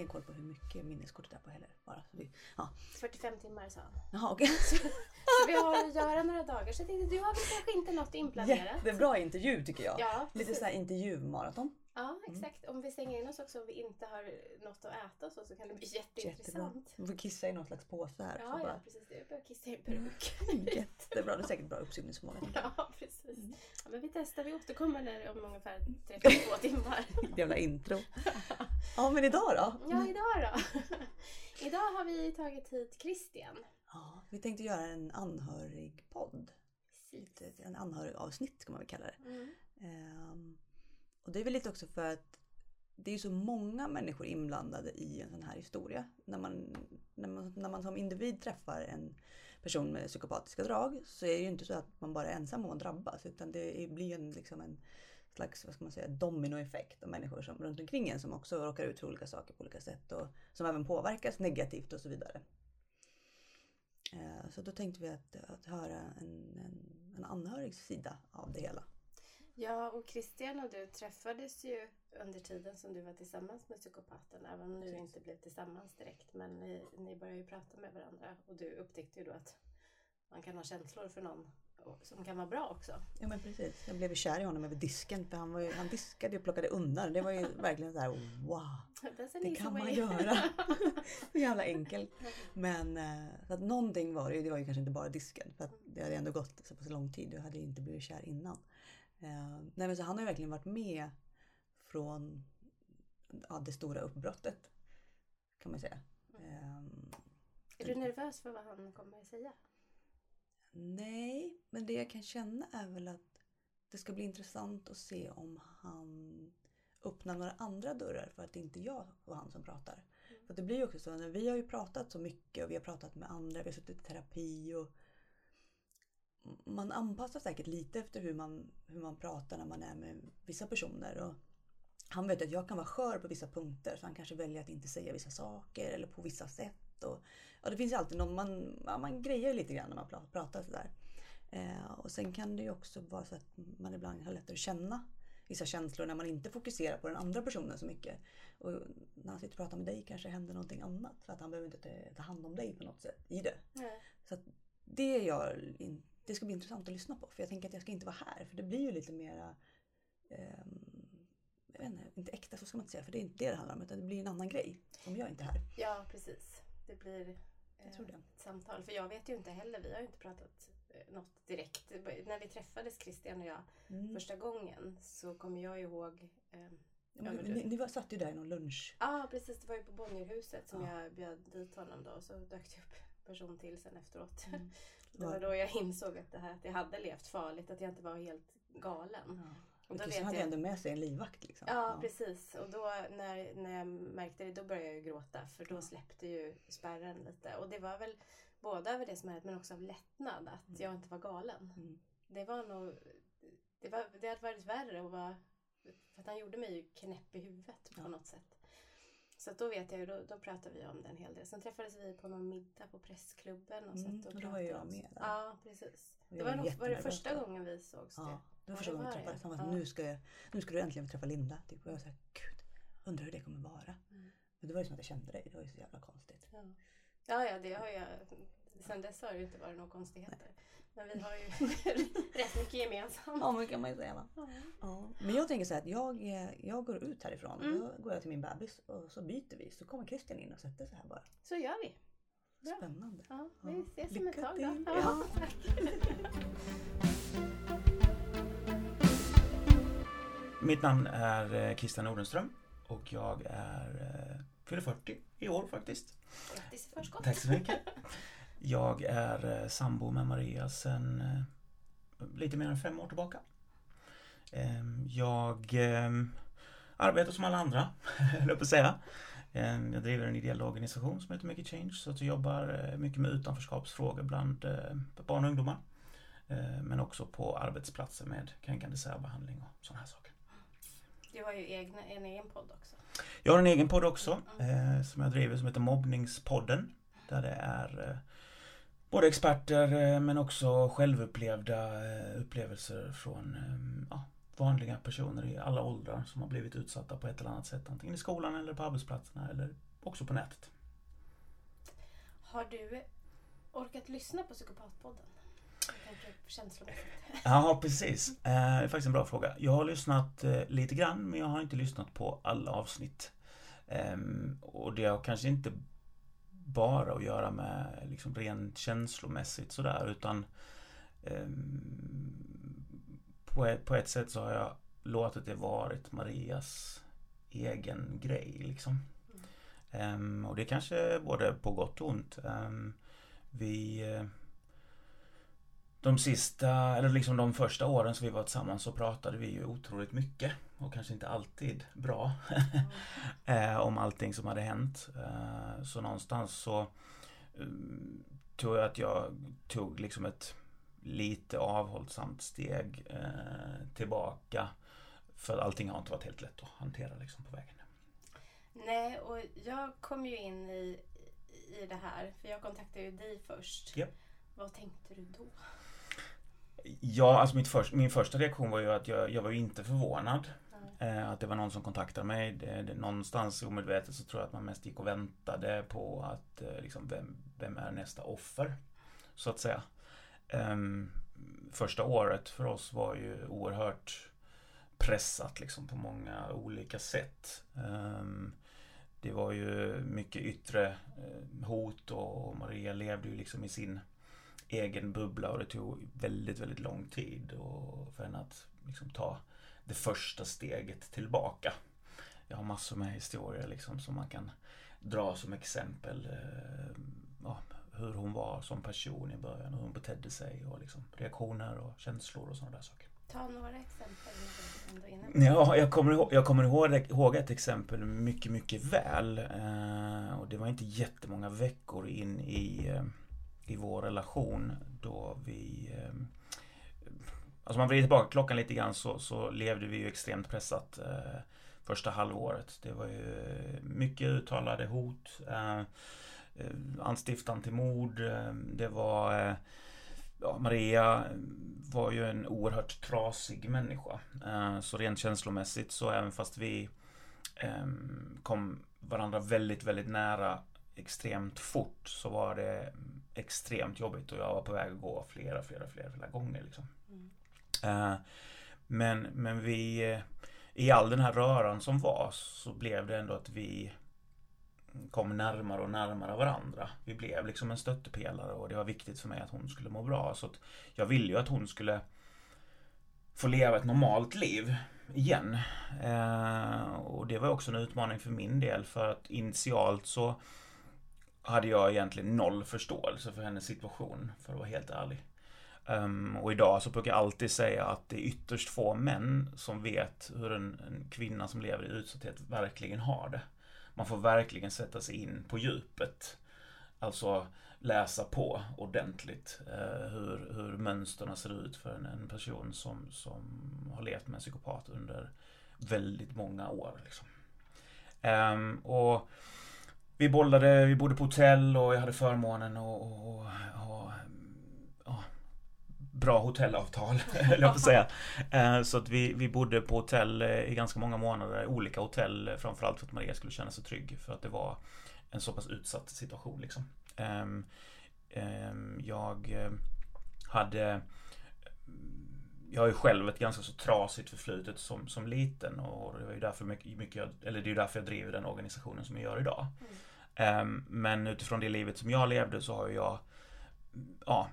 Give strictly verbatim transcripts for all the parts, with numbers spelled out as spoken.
ingen koll på hur mycket minneskortet är på heller. Bara, så vi, ja. fyrtiofem timmar sa han. Jaha, okej. Okay. Så, så vi har att göra några dagar. Så jag tänkte, du har väl kanske inte något inplanerat? Det är bra intervju tycker jag. Ja, lite så här intervjumaraton. Ja, exakt. Om vi stänger in oss också, om vi inte har något att äta så, så kan det bli jätteintressant. Vi får kissa i någon slags påse här. Ja, så ja bara... precis. Jag börjar kissa i en peruk. Jättebra, det är säkert bra uppsugningsförmåga. Ja, precis. Mm. Ja, men vi testar, vi återkommer när om ungefär trettiotvå timmar. Jävla intro. Ja, men idag då? Ja, idag då. Idag har vi tagit hit Christian. Ja, vi tänkte göra en anhörigpodd. Precis. En anhörigavsnitt kan man väl kalla det. Mm. Um, och det är väl lite också för att det är så många människor inblandade i en sån här historia. När man, när man, när man som individ träffar en person med psykopatiska drag så är det ju inte så att man bara är ensam om att drabbas. Utan det blir en, liksom en slags, vad ska man säga, dominoeffekt av människor som, runt omkring en som också råkar ut för olika saker på olika sätt. Och som även påverkas negativt och så vidare. Så då tänkte vi att, att höra en, en, en anhörig sida av det hela. Ja, och Christian och du träffades ju under tiden som du var tillsammans med psykopaten. Även om ni inte blev tillsammans direkt. Men ni, ni började ju prata med varandra. Och du upptäckte ju då att man kan ha känslor för någon som kan vara bra också. Ja, men precis. Jag blev ju kär i honom över disken. För han, var ju, han diskade och plockade undan. Det var ju verkligen så här, wow. Det kan man göra. Så jävla enkelt. Men så att någonting var det ju. Det var ju kanske inte bara disken. För att det hade ändå gått så pass lång tid. Jag hade inte blivit kär innan. Uh, nej, men så han har ju verkligen varit med från ja, det stora uppbrottet kan man säga. Um, är du nervös för vad han kommer att säga? Nej, men det jag kan känna är väl att det ska bli intressant att se om han öppnar några andra dörrar för att det inte jag och han som pratar. Mm. För det blir ju också så när vi har ju pratat så mycket och vi har pratat med andra, vi har suttit i terapi och man anpassar säkert lite efter hur man, hur man pratar när man är med vissa personer. Och han vet att jag kan vara skör på vissa punkter så han kanske väljer att inte säga vissa saker eller på vissa sätt. Och, ja, det finns ju alltid någon, man, ja, man grejer lite grann när man pratar sådär. Eh, och sen kan det ju också vara så att man ibland har lättare att känna vissa känslor när man inte fokuserar på den andra personen så mycket. Och när han sitter och pratar med dig kanske händer någonting annat för att han behöver inte ta hand om dig på något sätt i det. Mm. Så att det gör inte det ska bli intressant att lyssna på. För jag tänker att jag ska inte vara här. För det blir ju lite mera... Eh, jag vet inte, inte äkta så ska man inte säga. För det är inte det det handlar om. Utan det blir en annan grej. Om jag inte är här. Ja, precis. Det blir eh, jag tror det. ett samtal. För jag vet ju inte heller. Vi har ju inte pratat eh, något direkt. När vi träffades, Christian och jag, mm. första gången. Så kommer jag ihåg... Eh, ja, men, ni, ni var, satt ju där i någon lunch. Ja, ah, precis. Det var ju på Bonnierhuset som ja. jag bjöd dit honom då. Så dök det upp person till sen efteråt. Mm. Det var då jag insåg att, det här, att jag hade levt farligt. Att jag inte var helt galen. Ja. Och då vet hade jag ändå med sig en livvakt. Liksom. Ja, ja, precis. Och då när, när jag märkte det, då började jag ju gråta. För då släppte ju spärren lite. Och det var väl både över det som hände men också av lättnad. Att mm. jag inte var galen. Mm. Det var nog... Det, var, det hade varit värre att vara... För att han gjorde mig ju knäpp i huvudet på ja. något sätt. Så att då vet jag ju, då, då pratade vi om den hel del. Sen träffades vi på någon middag på pressklubben. Och, mm, och då var jag med där. Ja, precis. Det var, nog, var det första gången vi sågs. Ja, det var första gången vi träffades. Han var så, nu, ska jag, nu ska du äntligen träffa Linda. Typ. Och jag var så här, gud, undrar hur det kommer vara. Mm. Men det var ju som att jag kände dig. Det var ju så jävla konstigt. Ja, ja, ja det har jag... Sen dess har det ju inte varit några konstigheter. Nej. Men vi har ju rätt mycket gemensamt. Ja, men kan man ju säga. Va? Ja. Ja. Men jag tänker så här att jag, jag går ut härifrån. Mm. Då går jag till min bebis och så byter vi. Så kommer Christian in och sätter sig här bara. Så gör vi. Bra. Spännande. Ja, vi ses om ett tag då. Ja. Ja. Mitt namn är Christian Nordenström och jag är fyller fyrtio i år faktiskt. Grattis i förskott. Tack så mycket. Jag är sambo med Maria sedan eh, lite mer än fem år tillbaka. Eh, jag eh, arbetar som alla andra, höll jag på att säga. Eh, jag driver en ideell organisation som heter Make a Change. Så jag jobbar eh, mycket med utanförskapsfrågor bland eh, barn och ungdomar. Eh, men också på arbetsplatser med kränkande särbehandling och sådana här saker. Du har ju egna, en egen podd också. Jag har en egen podd också eh, som jag driver som heter Mobbningspodden. Där det är... Eh, Både experter men också självupplevda upplevelser från ja, vanliga personer i alla åldrar som har blivit utsatta på ett eller annat sätt. Antingen i skolan eller på arbetsplatserna eller också på nätet. Har du orkat lyssna på Psykopatpodden? Jag tänker känslomässigt. Ja, precis. Eh, det är faktiskt en bra fråga. Jag har lyssnat eh, lite grann, men jag har inte lyssnat på alla avsnitt. Eh, och det har kanske inte bara att göra med liksom rent känslomässigt sådär, utan eh, på, ett, på ett sätt så har jag låtit det varit Marias egen grej liksom. Mm. Eh, och det kanske både på gott och ont. Eh, vi... Eh, De sista, eller liksom de första åren som vi var tillsammans så pratade vi ju otroligt mycket och kanske inte alltid bra mm. om allting som hade hänt. Så någonstans så um, tror jag att jag tog liksom ett lite avhållsamt steg eh, tillbaka, för att allting har inte varit helt lätt att hantera liksom på vägen. Nej, och jag kom ju in i, i det här, för jag kontaktade ju dig först. Yep. Vad tänkte du då? Ja, alltså mitt för, min första reaktion var ju att jag, jag var ju inte förvånad mm. eh, att det var någon som kontaktade mig. Det, det, någonstans omedvetet så tror jag att man mest gick och väntade på att eh, liksom, vem, vem är nästa offer, så att säga. Um, första året för oss var ju oerhört pressat liksom, på många olika sätt. Um, det var ju mycket yttre eh, hot, och Maria levde ju liksom i sin egen bubbla, och det tog väldigt, väldigt lång tid och för henne att liksom ta det första steget tillbaka. Jag har massor med historier liksom som man kan dra som exempel. Eh, ja, hur hon var som person i början, hur hon betedde sig och liksom reaktioner och känslor och sådana där saker. Ta några exempel. Ja, jag kommer ihåg, jag kommer ihåg, ihåg ett exempel mycket, mycket väl. Eh, och det var inte jättemånga veckor in i... Eh, i vår relation då vi eh, alltså man vrider tillbaka klockan lite grann, så, så levde vi ju extremt pressat eh, första halvåret. Det var ju mycket uttalade hot, eh, eh, anstiftan till mord. Eh, det var eh, ja, Maria var ju en oerhört trasig människa, eh, så rent känslomässigt, så även fast vi eh, kom varandra väldigt, väldigt nära extremt fort, så var det extremt jobbigt, och jag var på väg att gå flera, flera, flera, flera gånger liksom. Mm. Uh, men, men vi, i all den här röran som var, så blev det ändå att vi kom närmare och närmare varandra. Vi blev liksom en stöttepelare, och det var viktigt för mig att hon skulle må bra, så att jag ville ju att hon skulle få leva ett normalt liv igen. Uh, och det var också en utmaning för min del, för att initialt så hade jag egentligen noll förståelse för hennes situation, för att vara helt ärlig. Um, och idag så brukar jag alltid säga att det är ytterst få män som vet hur en, en kvinna som lever i utsatthet verkligen har det. Man får verkligen sätta sig in på djupet. Alltså läsa på ordentligt uh, hur, hur mönsterna ser ut för en, en person som, som har levt med en psykopat under väldigt många år. Liksom. Um, och Vi bollade, vi bodde på hotell, och jag hade förmånen att ha bra hotellavtal, eller jag får säga. Så att vi, vi bodde på hotell i ganska många månader, olika hotell, framförallt för att Maria skulle känna sig trygg, för att det var en så pass utsatt situation liksom. Jag hade Jag har ju själv ett ganska så trasigt förflutet som, som liten, och det var ju därför mycket, mycket jag, eller det är ju därför jag driver den organisationen som jag gör idag. Mm. Um, men utifrån det livet som jag levde, så har jag ja,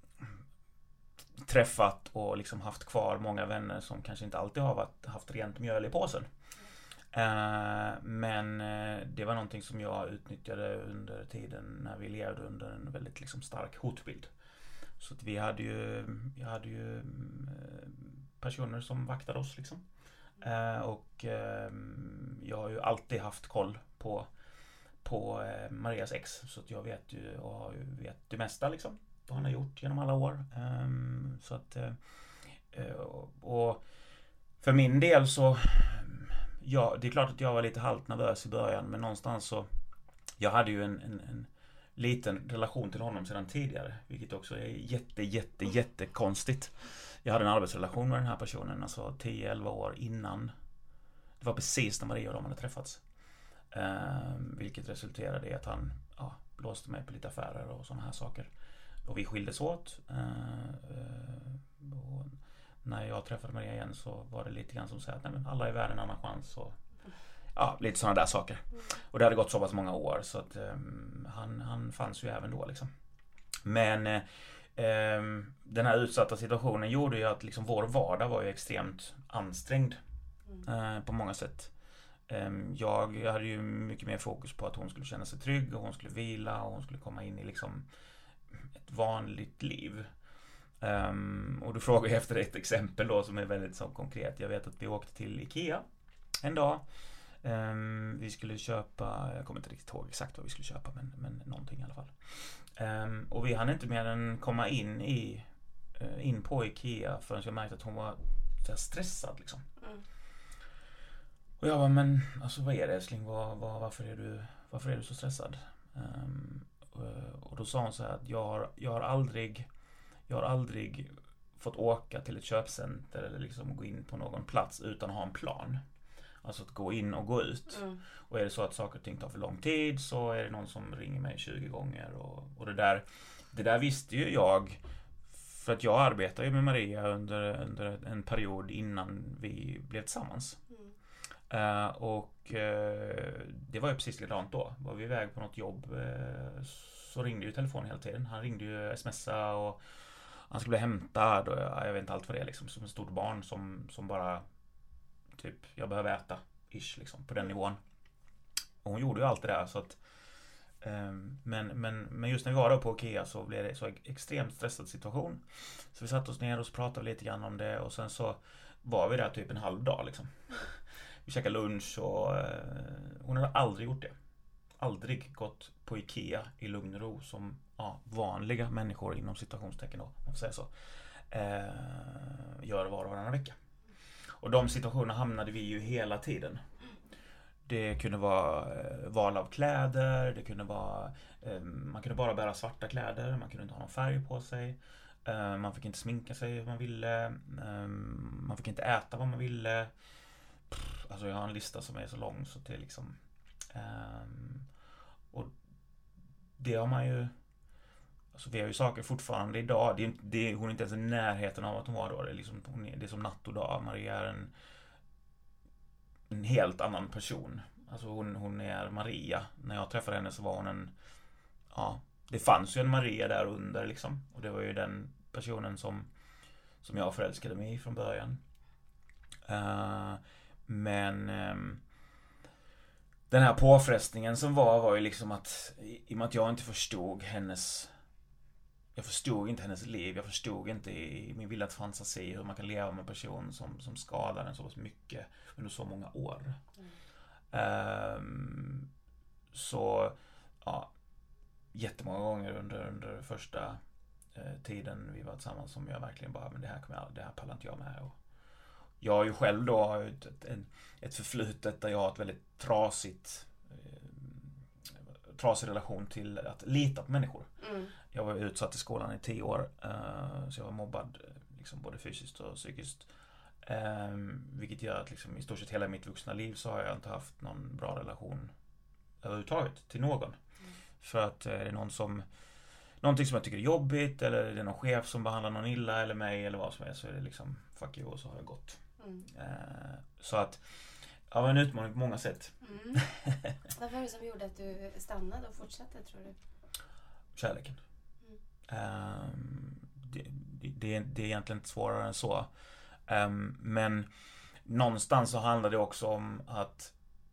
träffat och liksom haft kvar många vänner som kanske inte alltid har varit, haft rent mjöl i påsen. Mm. Uh, men uh, det var någonting som jag utnyttjade under tiden när vi levde under en väldigt liksom stark hotbild. Så att vi hade ju, jag hade ju personer som vaktade oss liksom. Eh, och eh, jag har ju alltid haft koll på, på eh, Marias ex. Så att jag vet ju, och vet det mesta liksom. Vad han har gjort genom alla år. Eh, så att, eh, och för min del så, ja, det är klart att jag var lite halvt nervös i början. Men någonstans så, jag hade ju en, en, en liten relation till honom sedan tidigare, vilket också är jätte, jätte, jätte konstigt. Jag hade en arbetsrelation med den här personen, alltså tio elva år innan. Det var precis när Maria och de hade träffats. Eh, vilket resulterade i att han ja, blåste mig på lite affärer och sådana här saker. Och vi skildes åt. Eh, och när jag träffade Maria igen så var det lite grann som säger att nej, men alla är värda en annan chans. Och, ja, lite sådana där saker. Och det hade gått så pass många år så att eh, han, han fanns ju även då liksom. Men eh, den här utsatta situationen gjorde ju att liksom vår vardag var ju extremt ansträngd eh, på många sätt. Eh, jag, jag hade ju mycket mer fokus på att hon skulle känna sig trygg och hon skulle vila och hon skulle komma in i liksom ett vanligt liv. Um, och du frågar efter ett exempel då som är väldigt så konkret. Jag vet att vi åkte till Ikea en dag. Um, vi skulle köpa, jag kommer inte riktigt ihåg exakt vad vi skulle köpa, men, men någonting i alla fall. Um, och vi hann inte mer än komma in i uh, in på Ikea förrän jag märkte att hon var så här stressad liksom. Mm. Och jag bara, men alltså vad är det älskling? Var, var, varför, är du, varför är du så stressad? Um, och, och då sa hon så här att jag har, jag har aldrig Jag har aldrig fått åka till ett köpcenter eller liksom gå in på någon plats utan att ha en plan. Alltså att gå in och gå ut. Mm. Och är det så att saker och ting tar för lång tid så är det någon som ringer mig tjugo gånger. Och, och det, där, det där visste ju jag för att jag arbetade ju med Maria under, under en period innan vi blev tillsammans. Mm. Uh, och uh, det var ju precis likadant då. Var vi iväg på något jobb uh, så ringde ju telefonen hela tiden. Han ringde ju smsa och han skulle bli hämtad och jag, jag vet inte allt vad det är liksom, som ett stort barn som, som bara typ, jag behöver äta ish liksom, på den nivån. Och hon gjorde ju allt det där så att um, men, men, men just när vi var där på Ikea så blev det så extremt stressad situation. Så vi satt oss ner och så pratade lite grann om det och sen så var vi där typ en halv dag liksom. Vi käkade lunch och uh, hon hade aldrig gjort det. Aldrig gått på Ikea i lugn och ro som ja, vanliga människor inom situationstecken då, om man säger så, eh, gör var och varannan vecka. Och de situationerna hamnade vi ju hela tiden. Det kunde vara eh, val av kläder, det kunde vara eh, man kunde bara bära svarta kläder, man kunde inte ha någon färg på sig, eh, man fick inte sminka sig hur man ville, eh, man fick inte äta vad man ville. Pff, alltså jag har en lista som är så lång så det är liksom Um, och det har man ju alltså vi har ju saker fortfarande idag det är, det, hon är inte ens i närheten av att hon var då det är, liksom, hon är, det är som natt och dag. Maria är en, en helt annan person alltså hon, hon är Maria. När jag träffade henne så var hon en ja, det fanns ju en Maria där under liksom och det var ju den personen som som jag förälskade mig i från början uh, men um, den här påfrestningen som var var ju liksom att i och med att jag inte förstod hennes jag förstod inte hennes liv, jag förstod inte i min vilda fantasi hur man kan leva med en person som, som skadar en så pass mycket under så många år. Mm. Um, så ja, jättemånga gånger under, under första eh, tiden vi var tillsammans som jag verkligen bara, men det här kommer jag, det här pallar inte jag med. Och jag har ju själv då ett, ett, ett förflutet där jag har ett väldigt trasigt eh, trasig relation till att lita på människor. Mm. Jag var utsatt i skolan i tio år eh, så jag var mobbad liksom både fysiskt och psykiskt. Eh, vilket gör att liksom, i stort sett hela mitt vuxna liv så har jag inte haft någon bra relation överhuvudtaget till någon. Mm. För att eh, det är någon som någonting som jag tycker är jobbigt eller det är någon chef som behandlar någon illa eller mig eller vad som är så är det liksom fuck you och så har jag gått. Mm. Eh, så att det var en utmaning på många sätt. Mm. Vad var det som gjorde att du stannade och fortsatte tror du? Kärleken. Mm. Eh, det, det, det är egentligen inte svårare än så. Eh, men någonstans så handlar det också om att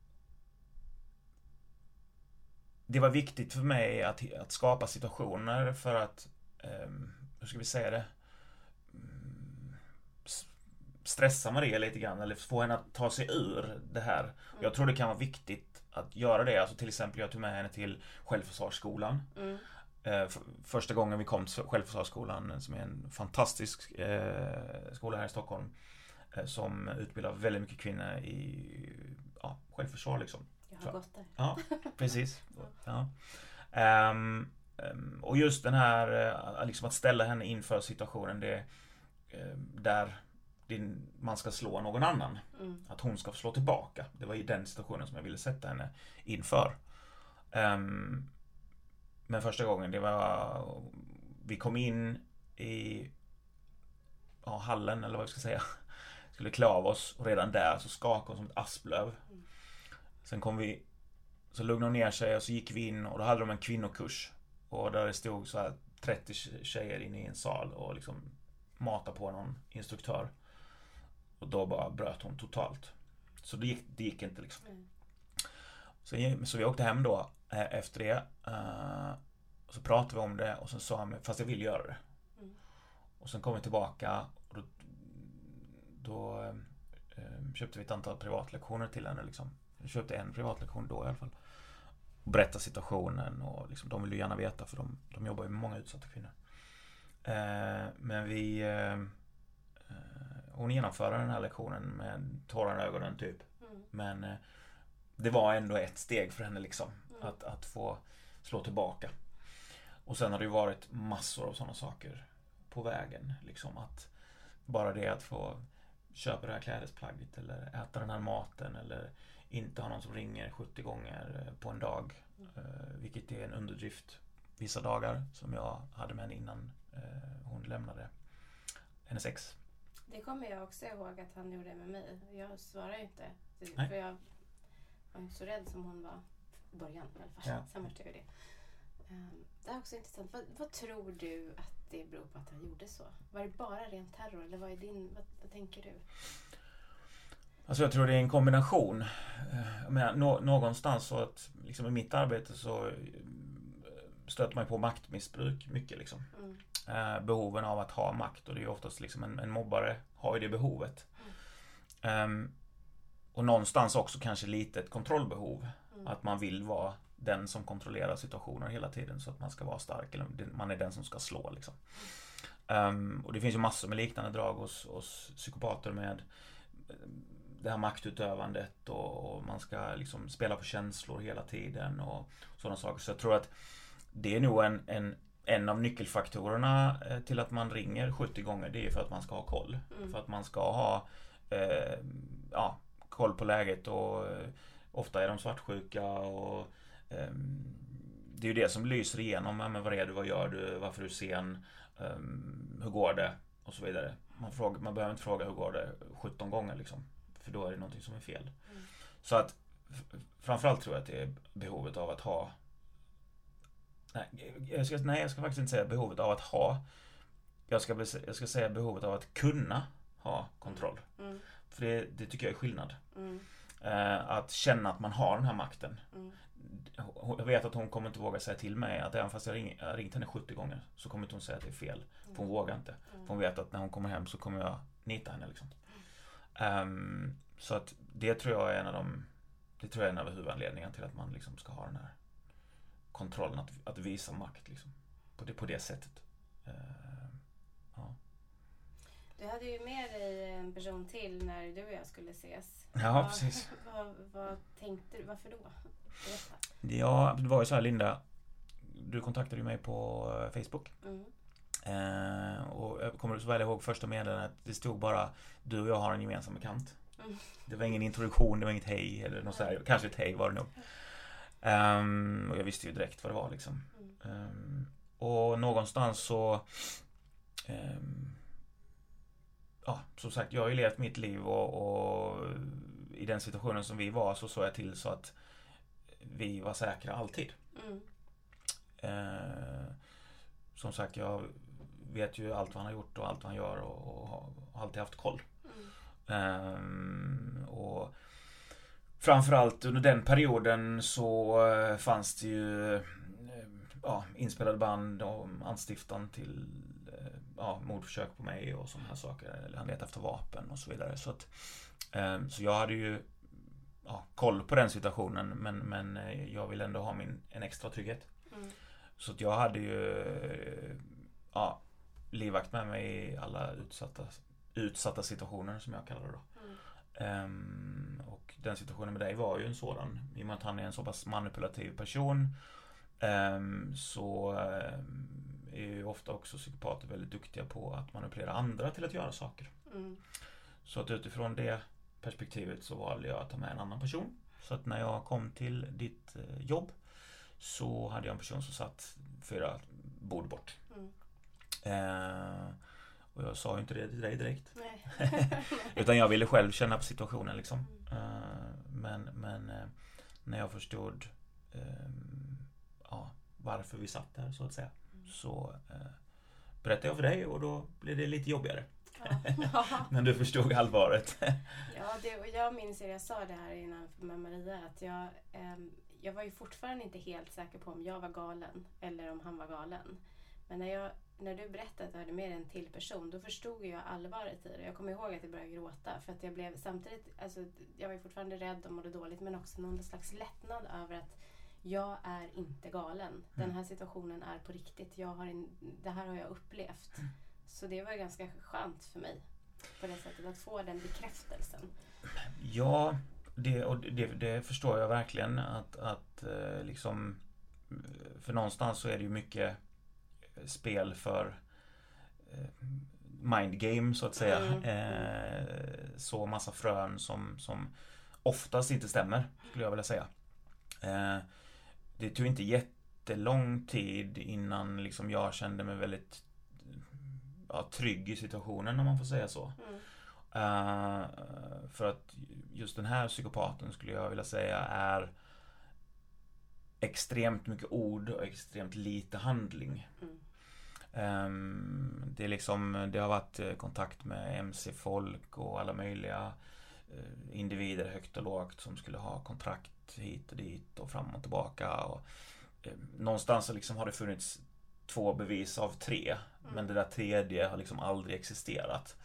det var viktigt för mig att, att skapa situationer för att, um, hur ska vi säga det, um, stressa Maria lite grann eller få henne att ta sig ur det här. Mm. Jag tror det kan vara viktigt att göra det. Alltså till exempel jag tog med henne till självförsvarsskolan. Mm. Uh, för, första gången vi kom till självförsvarsskolan som är en fantastisk uh, skola här i Stockholm uh, som utbildar väldigt mycket kvinnor i uh, självförsvar liksom. Jag har gått där. Ja, precis. Ja. Um, um, och just den här uh, liksom att ställa henne inför situationen det, uh, där din, man ska slå någon annan. Mm. Att hon ska få slå tillbaka. Det var i den situationen som jag ville sätta henne inför. Um, men första gången det var vi kom in i ja, hallen eller vad vi ska säga. Skulle klä av oss och redan där så skakade hon som ett asplöv. Mm. Sen kom vi så lugnade hon ner sig och så gick vi in och då hade de en kvinnokurs. Och där det stod så här trettio tjejer inne i en sal och liksom mata på någon instruktör. Och då bara bröt hon totalt. Så det gick, det gick inte liksom. Mm. Så, så vi åkte hem då eh, efter det. Eh, så pratade vi om det och sen sa han, fast jag vill göra det. Mm. Och sen kom vi tillbaka och då, då eh, köpte vi ett antal privatlektioner till henne liksom. Jag köpte en privatlektion då i alla fall. Och berätta situationen och liksom, de vill ju gärna veta för de, de jobbar ju med många utsatta kvinnor. Eh, men vi eh, hon genomförde den här lektionen med tårar i ögonen typ. Mm. Men eh, det var ändå ett steg för henne liksom. Mm. Att, att få slå tillbaka. Och sen har det ju varit massor av sådana saker på vägen. Liksom att bara det att få köpa det här klädesplagget eller äta den här maten eller inte ha någon som ringer sjuttio gånger på en dag. Mm. Eh, vilket är en underdrift vissa dagar som jag hade med henne innan eh, hon lämnade hennes ex. Det kommer jag också ihåg att han gjorde med mig. Jag svarar inte. Nej. För jag var inte så rädd som hon var i början i alla fall. Ja. Sen var jag det. Um, det är också intressant. Vad, vad tror du att det beror på att han gjorde så? Var det bara ren terror? Eller vad, är din, vad, vad tänker du? Alltså jag tror det är en kombination. Men nå- någonstans så att liksom i mitt arbete så stöter man på maktmissbruk mycket liksom. Mm. Eh, behoven av att ha makt och det är ju oftast liksom en, en mobbare har ju det behovet. Mm. Um, och någonstans också kanske lite ett kontrollbehov. Mm. Att man vill vara den som kontrollerar situationer hela tiden så att man ska vara stark eller man är den som ska slå liksom. Um, och det finns ju massor med liknande drag hos, hos psykopater med det här maktutövandet och, och man ska liksom spela på känslor hela tiden och sådana saker. Så jag tror att det är nog en, en, en av nyckelfaktorerna till att man ringer sjuttio gånger. Det är för att man ska ha koll. Mm. För att man ska ha eh, ja, koll på läget och eh, ofta är de svartsjuka och eh, det är ju det som lyser igenom. Men vad är du, vad gör du, varför är du sen, eh, hur går det och så vidare. Man, frågar, man behöver inte fråga hur går det sjutton gånger liksom. För då är det någonting som är fel. Mm. Så att framförallt tror jag att det är behovet av att ha nej jag, ska, nej, jag ska faktiskt inte säga behovet av att ha jag ska, jag ska säga behovet av att kunna ha kontroll. Mm. För det, det tycker jag är skillnad. Mm. Eh, att känna att man har den här makten. Mm. Jag vet att hon kommer inte våga säga till mig att även fast jag, ring, jag har ringt henne sjuttio gånger så kommer inte hon säga att det är fel. För hon vågar inte. För hon vet att när hon kommer hem så kommer jag nita henne liksom. Um, så att det tror jag är en av de det tror jag är en av huvudanledningarna till att man liksom ska ha den här kontrollen att, att visa makt liksom, på, det, på det sättet. Uh, ja. Du hade ju med dig en person till när du och jag skulle ses. Ja, vad, precis. Vad, vad tänkte du? Varför då? Berätta. Ja, det var ju så här, Linda. Du kontaktade ju mig på Facebook. Mm. Uh, och jag kommer så väl ihåg första meddelandet att det stod bara du och jag har en gemensam bekant. Mm. Det var ingen introduktion, det var inget hej eller något så här. Kanske ett hej var det nog. Um, och jag visste ju direkt vad det var liksom. Mm. Um, och någonstans så um, ja, som sagt, jag har ju levt mitt liv och, och i den situationen som vi var så såg jag till så att vi var säkra alltid. Mm. Uh, som sagt, jag vet ju allt vad han har gjort och allt vad han gör och, och har alltid haft koll. Mm. Um, och framförallt under den perioden så uh, fanns det ju uh, ja, inspelade band om anstiftan till uh, ja, mordförsök på mig och sådana här saker. Eller han letade efter vapen och så vidare. Så, att, um, så jag hade ju ja, koll på den situationen men, men jag vill ändå ha min, en extra trygghet. Mm. Så att jag hade ju ja, livvakt med mig i alla utsatta, utsatta situationer som jag kallar det då. Mm. Um, och den situationen med dig var ju en sådan. I och med att han är en så pass manipulativ person um, så um, är ju ofta också psykopater väldigt duktiga på att manipulera andra till att göra saker. Mm. Så att utifrån det perspektivet så valde jag att ta med en annan person. Så att när jag kom till ditt jobb så hade jag en person som satt fyra bord bort. Mm. Eh, och jag sa ju inte det till dig direkt. Nej. Utan jag ville själv känna på situationen liksom. Eh, men men eh, när jag förstod eh, ja, varför vi satt där så att säga. Mm. Så eh, berättade jag för dig och då blev det lite jobbigare. Ja. Men du förstod allvaret. Ja, det, och jag minns hur jag sa det här innan med Maria. Att jag, eh, jag var ju fortfarande inte helt säker på om jag var galen eller om han var galen. Men när, jag, när du berättade att du hade med en till person, då förstod jag allvaret i det. Jag kommer ihåg att jag började gråta. För att jag blev samtidigt, alltså, jag var ju fortfarande rädd och mådde dåligt. Men också någon slags lättnad över att jag är inte galen. Den här situationen är på riktigt. Jag har en, det här har jag upplevt. Så det var ju ganska skönt för mig på det sättet att få den bekräftelsen. Ja, det, och det, det förstår jag verkligen att, att liksom, för någonstans så är det ju mycket spel för mind game så att säga. Mm. Eh, så massa frön som, som oftast inte stämmer skulle jag vilja säga. Eh, det tog inte jättelång tid innan liksom jag kände mig väldigt ja, trygg i situationen om man får säga så. Mm. Uh, för att just den här psykopaten skulle jag vilja säga är extremt mycket ord och extremt lite handling. Mm. Um, det är liksom, det har varit kontakt med M C-folk och alla möjliga uh, individer högt och lågt som skulle ha kontrakt hit och dit och fram och tillbaka och uh, någonstans så liksom har det funnits två bevis av tre. Mm. Men det där tredje har liksom aldrig existerat.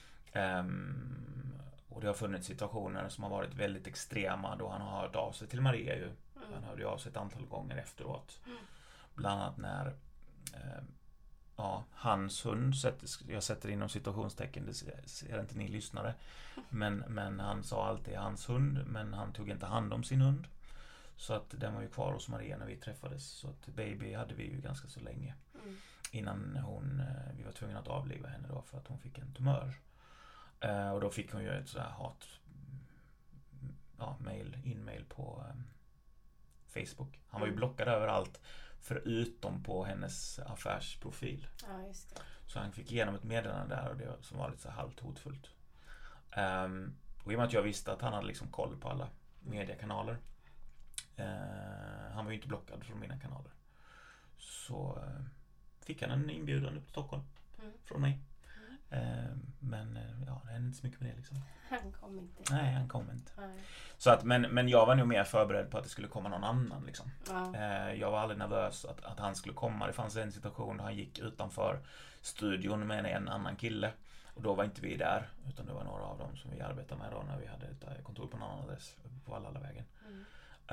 Um, och det har funnits situationer som har varit väldigt extrema då han har hört av sig till Maria ju. Mm. Han hörde av sig ett antal gånger efteråt. Mm. Bland annat när uh, ja, hans hund, jag sätter inom situationstecken, det ser inte ni lyssnare. Men, men han sa alltid hans hund, men han tog inte hand om sin hund. Så att den var ju kvar hos Maria när vi träffades. Så att baby hade vi ju ganska så länge. Mm. Innan hon, vi var tvungna att avliva henne då för att hon fick en tumör. Eh, och då fick hon ju ett sådär hat, ja, mail, in-mail på um, Facebook. Han var ju blockad överallt förutom på hennes affärsprofil. Ja, just det. Så han fick igenom ett meddelande där och det som var lite så halvt hotfullt. Um, och i och med att jag visste att han hade liksom koll på alla mediekanaler. Uh, han var ju inte blockad från mina kanaler. Så uh, fick han en inbjudan upp till Stockholm mm. från mig. Mm. Uh, men uh, ja, det hände inte så mycket med det liksom. Han kom inte. Nej, han kom inte. Nej. Så att, men, men jag var nog mer förberedd på att det skulle komma någon annan liksom. Ja. Uh, jag var aldrig nervös att, att han skulle komma. Det fanns en situation där han gick utanför studion med en annan kille. Och då var inte vi där, utan det var några av dem som vi arbetade med då när vi hade ett kontor på en annan adress på Vallallavägen. Mm.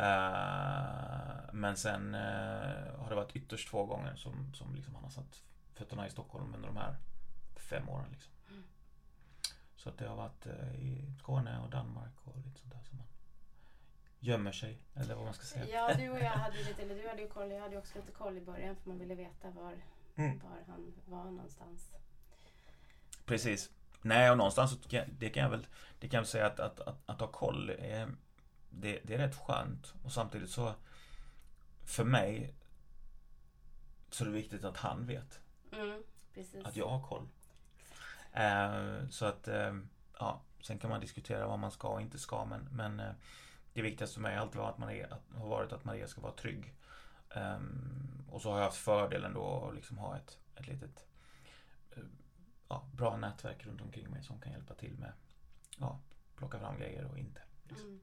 Uh, men sen uh, har det varit ytterst två gånger som, som liksom han har satt fötterna i Stockholm under de här fem åren liksom. Mm. Så att det har varit uh, i Skåne och Danmark och lite sånt där som man gömmer sig, eller vad man ska säga. Ja, du och jag hade lite, eller du hade ju koll, jag hade också lite koll i början för man ville veta var, mm. var han var någonstans. Precis. Nej, och någonstans så kan, det kan jag väl det kan jag säga att, att, att, att ha koll är, det, det är rätt skönt. Och samtidigt så för mig så är det viktigt att han vet. Mm, precis. Att jag har koll. Uh, så att uh, ja, sen kan man diskutera vad man ska och inte ska, men, men uh, det viktigaste för mig har alltid varit att Maria, att, har varit att Maria ska vara trygg. Um, och så har jag haft fördelen då att liksom ha ett, ett litet uh, ja, bra nätverk runt omkring mig som kan hjälpa till med ja, plocka fram grejer och inte. Liksom. Mm.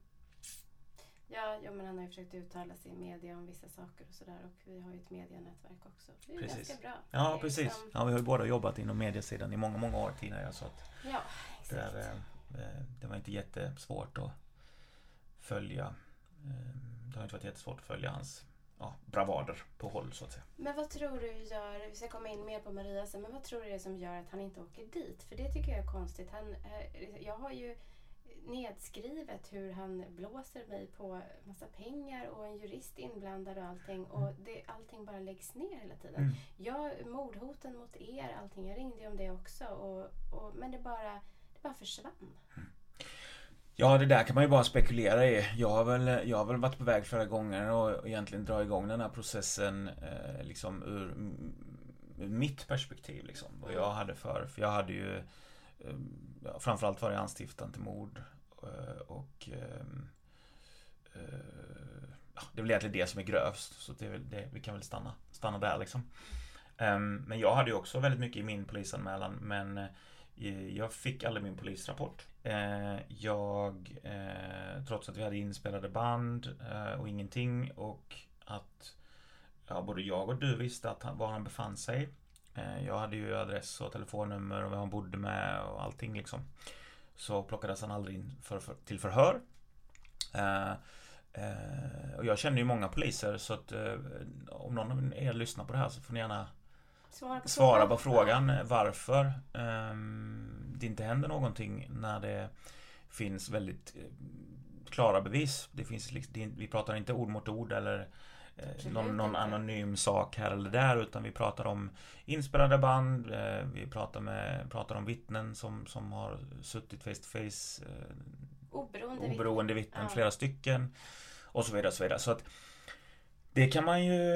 Ja, ja, men han har ju försökt uttala sig i media om vissa saker och sådär, och vi har ju ett medienätverk också. Det är precis. Ganska bra. Ja, precis. Liksom... Ja, vi har ju båda jobbat inom mediesidan i många, många år tidigare. Så att ja, exakt. Där, eh, det var inte jättesvårt att följa. Eh, det har inte varit jättesvårt att följa hans ja, bravader på håll så att säga. Men vad tror du gör, vi ska komma in mer på Maria sen, men vad tror du det är som gör att han inte åker dit? För det tycker jag är konstigt. Han, jag har ju nedskrivet hur han blåser mig på massa pengar och en jurist inblandad och allting. Och det, allting bara läggs ner hela tiden. Mm. Jag, mordhoten mot er, allting. Jag ringde ju om det också. Och, och, men det bara, det bara försvann. Mm. Ja, det där kan man ju bara spekulera i. Jag har väl, jag har väl varit på väg flera gånger och egentligen dra igång den här processen eh, liksom ur, ur mitt perspektiv. Liksom. Vad jag hade för, för jag hade ju eh, framförallt var det anstiftan till mord eh, och eh, eh, ja, det är väl egentligen det som är grövst. Så det är väl det, vi kan väl stanna, stanna där liksom. Um, men jag hade ju också väldigt mycket i min polisanmälan, men eh, jag fick aldrig min polisrapport. Eh, jag, eh, trots att vi hade inspelade band eh, och ingenting, och att ja, både jag och du visste att han, var han befann sig. Eh, jag hade ju adress och telefonnummer och vem han bodde med och allting liksom. Så plockades han aldrig in för, för, till förhör. Eh, eh, och jag känner ju många poliser, så att eh, om någon av er lyssnar på det här så får ni gärna Svara på, svara på frågan varför um, det inte händer någonting när det finns väldigt uh, klara bevis. Det finns, det, vi pratar inte ord mot ord eller uh, någon, någon anonym sak här eller där, utan vi pratar om inspelade band, uh, vi pratar, med, pratar om vittnen som, som har suttit face to face, uh, oberoende, oberoende vittnen, vittnen ja. flera stycken och så vidare, så vidare. Så att det kan man ju...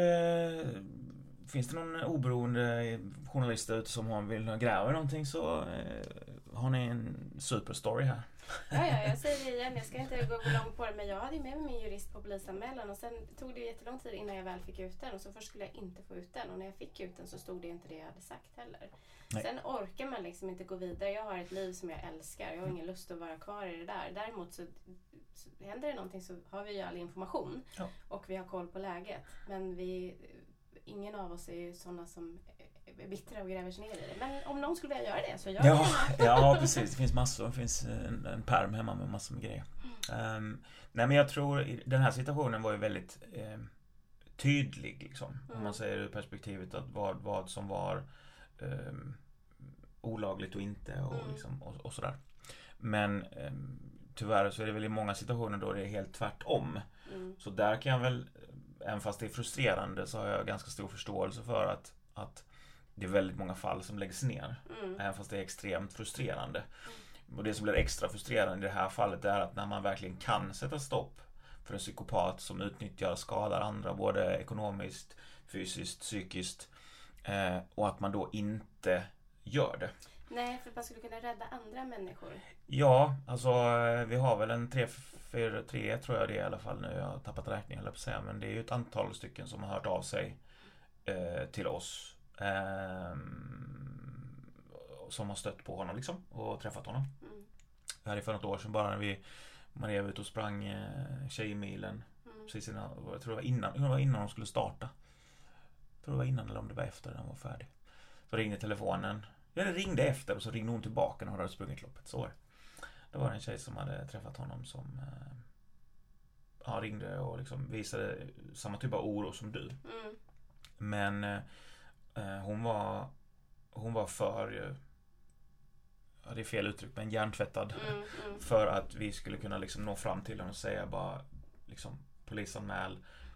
Finns det någon oberoende journalist ute som vill gräva i någonting, så eh, har ni en superstory här. Ja, ja, jag säger det igen. Jag ska inte gå långt på det, men jag hade ju med mig min jurist på polisanmälan och sen tog det ju jättelång tid innan jag väl fick ut den, och så först skulle jag inte få ut den, och när jag fick ut den så stod det inte det jag hade sagt heller. Nej. Sen orkar man liksom inte gå vidare. Jag har ett liv som jag älskar. Jag har ingen lust att vara kvar i det där. Däremot så, så händer det någonting så har vi ju all information, ja. Och vi har koll på läget. Men vi... Ingen av oss är ju sådana som är bittra och gräver sig ner i det. Men om någon skulle vilja göra det så gör ja, det. Ja, precis. Det finns massor. Det finns en, en pärm hemma med massor med grejer. Mm. Um, nej, men jag tror den här situationen var ju väldigt eh, tydlig. Liksom, mm. Om man säger ur perspektivet att vad, vad som var eh, olagligt och inte. Och, mm. liksom, och, och sådär. Men eh, tyvärr så är det väl i många situationer då det är helt tvärtom. Mm. Så där kan jag väl... Även fast det är frustrerande så har jag ganska stor förståelse för att, att det är väldigt många fall som läggs ner. Mm. Även fast det är extremt frustrerande. Mm. Och det som blir extra frustrerande i det här fallet är att när man verkligen kan sätta stopp för en psykopat som utnyttjar och skadar andra både ekonomiskt, fysiskt, psykiskt eh, och att man då inte gör det. Nej, för att man skulle kunna rädda andra människor. Ja, alltså vi har väl en tre, fyra, tre tror jag det är i alla fall nu. Jag har tappat räkningen eller på att säga, men det är ju ett antal stycken som har hört av sig eh, till oss. Eh, som har stött på honom liksom och träffat honom. Mm. Det här är för något år sedan bara när vi Maria var ute och sprang eh, Tjejmilen. Mm. Precis innan, jag tror det var innan, det var innan de skulle starta. Jag tror det var innan eller om det var efter den var färdig. Så ringde telefonen. Jag ringde efter och så ringde hon tillbaka när hon hade sprungit loppet. Så var det. Det var en tjej som hade träffat honom som eh, ja, ringde och liksom visade samma typ av oro som du. Mm. Men eh, hon var hon var för ja, det är fel uttryck, men hjärntvättad mm, mm. för att vi skulle kunna liksom nå fram till henne och säga bara liksom polisanmäl,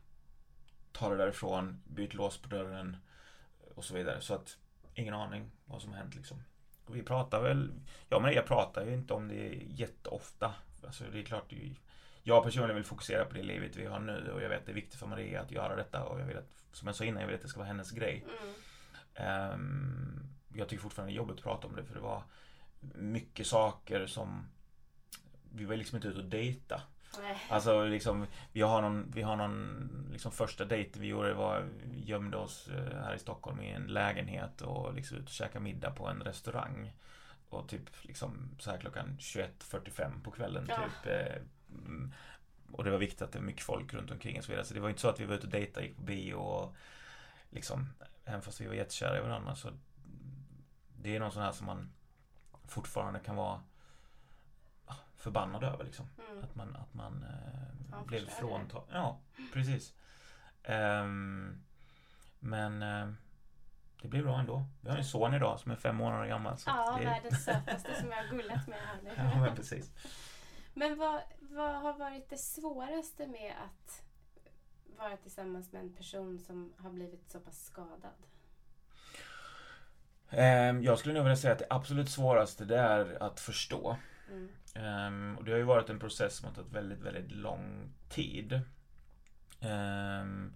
ta det därifrån, byt lås på dörren och så vidare. Så att ingen aning vad som har hänt liksom. Och vi pratar väl, ja men jag pratar ju inte om det jätteofta. Alltså det är klart, jag personligen vill fokusera på det livet vi har nu och jag vet att det är viktigt för Maria att göra detta och jag vill att, som jag sa innan, jag vill att det ska vara hennes grej. Mm. Um, jag tycker fortfarande det är jobbigt att prata om det för det var mycket saker som vi var liksom inte ute och dejta. Nej. Alltså liksom, vi har någon, vi har någon liksom första dejt vi gjorde var vi gömde oss här i Stockholm i en lägenhet och liksom ut och käka middag på en restaurang och typ liksom så här klockan tjugoett fyrtiofem på kvällen ja. typ eh, och det var viktigt att det var mycket folk runt omkring och så vidare, så det var inte så att vi var ute och dejta, gick på bio och liksom, även fast vi var jättekära i varandra, så det är någon sån här som man fortfarande kan vara förbannad över liksom. Mm. Att man, att man eh, blev fråntagen. Ja, precis. Um, men uh, det blir bra ändå. Vi har en son idag som är fem månader gammal. Så ja, det är världens sötaste som jag har gullat med här nu. Ja, men precis. Men vad, vad har varit det svåraste med att vara tillsammans med en person som har blivit så pass skadad? Um, jag skulle nog vilja säga att det absolut svåraste det är att förstå. Mm. Um, och det har ju varit en process som har tagit väldigt, väldigt lång tid. Um,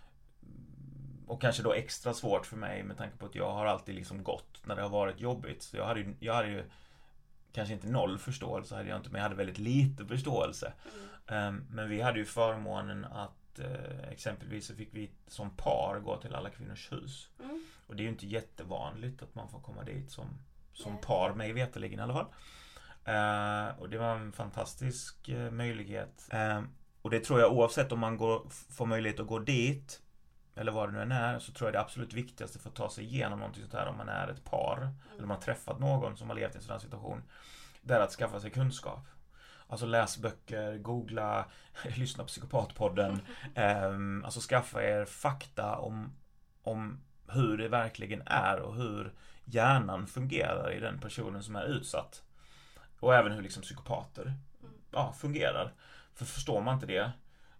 och kanske då extra svårt för mig med tanke på att jag har alltid liksom gått när det har varit jobbigt. Så jag hade ju, jag hade ju kanske inte noll förståelse, hade jag inte, men jag hade väldigt lite förståelse. Mm. Um, men vi hade ju förmånen att uh, exempelvis så fick vi som par gå till Alla Kvinnors Hus. Mm. Och det är ju inte jättevanligt att man får komma dit som, som yeah. par, mig veterligen i alla fall. Uh, och det var en fantastisk uh, möjlighet. Uh, och det tror jag oavsett om man går, får möjlighet att gå dit eller vad det nu än är, så tror jag det absolut viktigaste för att ta sig igenom någonting sånt här om man är ett par mm. eller man har träffat någon som har levt i en sån här situation, det är att skaffa sig kunskap. Alltså läs böcker, googla, lyssna på Psykopatpodden. Mm. uh, alltså skaffa er fakta om, om hur det verkligen är och hur hjärnan fungerar i den personen som är utsatt. Och även hur liksom psykopater mm. ja, fungerar. För förstår man inte det,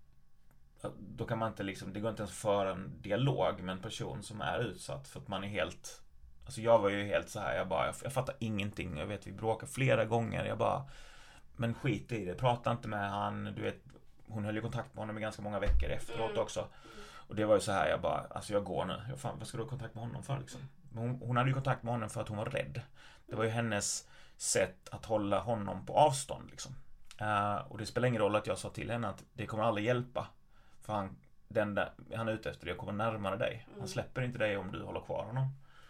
då kan man inte liksom, det går inte ens föra en dialog med en person som är utsatt, för att man är helt, alltså jag var ju helt så här, jag bara, jag, jag fattar ingenting, jag vet vi bråkar flera gånger, jag bara, men skit i det, prata inte med han, du vet, hon höll ju kontakt med honom i ganska många veckor efteråt mm. också. Och det var ju så här, jag bara, alltså jag går nu, jag, fan, vad ska du ha kontakt med honom för liksom? Hon, hon hade ju kontakt med honom för att hon var rädd. Det var ju hennes sätt att hålla honom på avstånd liksom. Uh, och det spelar ingen roll att jag sa till henne att det kommer aldrig hjälpa. För han, den där, han är ute efter det, kommer närmare dig. Han släpper inte dig om du håller kvar honom.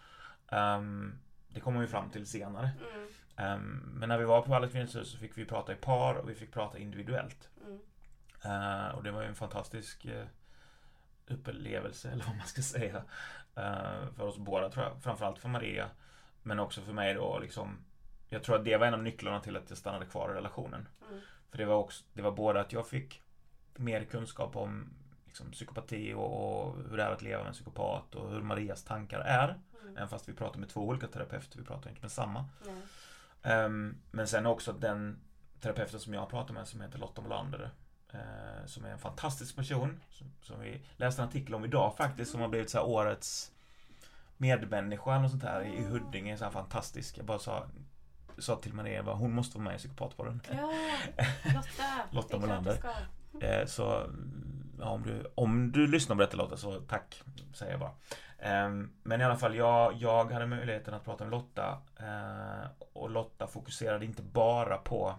Um, det kommer vi fram till senare. Mm. Um, men när vi var på Alla Kvinnors Hus så fick vi prata i par och vi fick prata individuellt. Mm. Uh, och det var ju en fantastisk uh, upplevelse, eller vad man ska säga. Uh, för oss båda tror jag. Framförallt för Maria. Men också för mig då liksom. Jag tror att det var en av nycklarna till att jag stannade kvar i relationen. Mm. För det var också, det var både att jag fick mer kunskap om liksom, psykopati och, och hur det är att leva med en psykopat och hur Marias tankar är. Mm. Även fast vi pratar med två olika terapeuter, vi pratar inte med samma. Mm. Um, men sen också den terapeuten som jag pratar med som heter Lotta Molander, uh, som är en fantastisk person som, som vi läste en artikel om idag faktiskt, mm. som har blivit så här årets medmänniska eller sånt här mm. i Huddinge, så här fantastisk. Jag bara sa sa till Maria, bara, hon måste vara med i Psykopatpodden. Ja, Lotta. Lotta Molander. Eh, så ja, om, du, om du lyssnar på detta Lotta, så tack, säger jag bara. Eh, men i alla fall, jag, jag hade möjligheten att prata med Lotta. Eh, och Lotta fokuserade inte bara på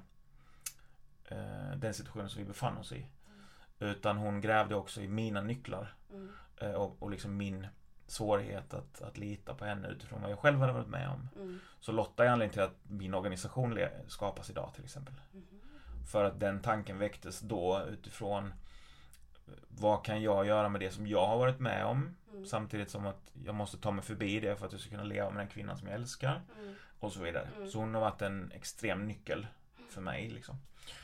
eh, den situationen som vi befann oss i. Mm. Utan hon grävde också i mina nycklar. Mm. Eh, och, och liksom min svårighet att, att lita på henne utifrån vad jag själv hade varit med om. Mm. Så Lotta är anledningen till att min organisation skapas idag till exempel. Mm. För att den tanken väcktes då utifrån vad kan jag göra med det som jag har varit med om, mm. samtidigt som att jag måste ta mig förbi det för att jag ska kunna leva med den kvinnan som jag älskar mm. och så vidare. Mm. Så hon har varit en extrem nyckel för mig liksom.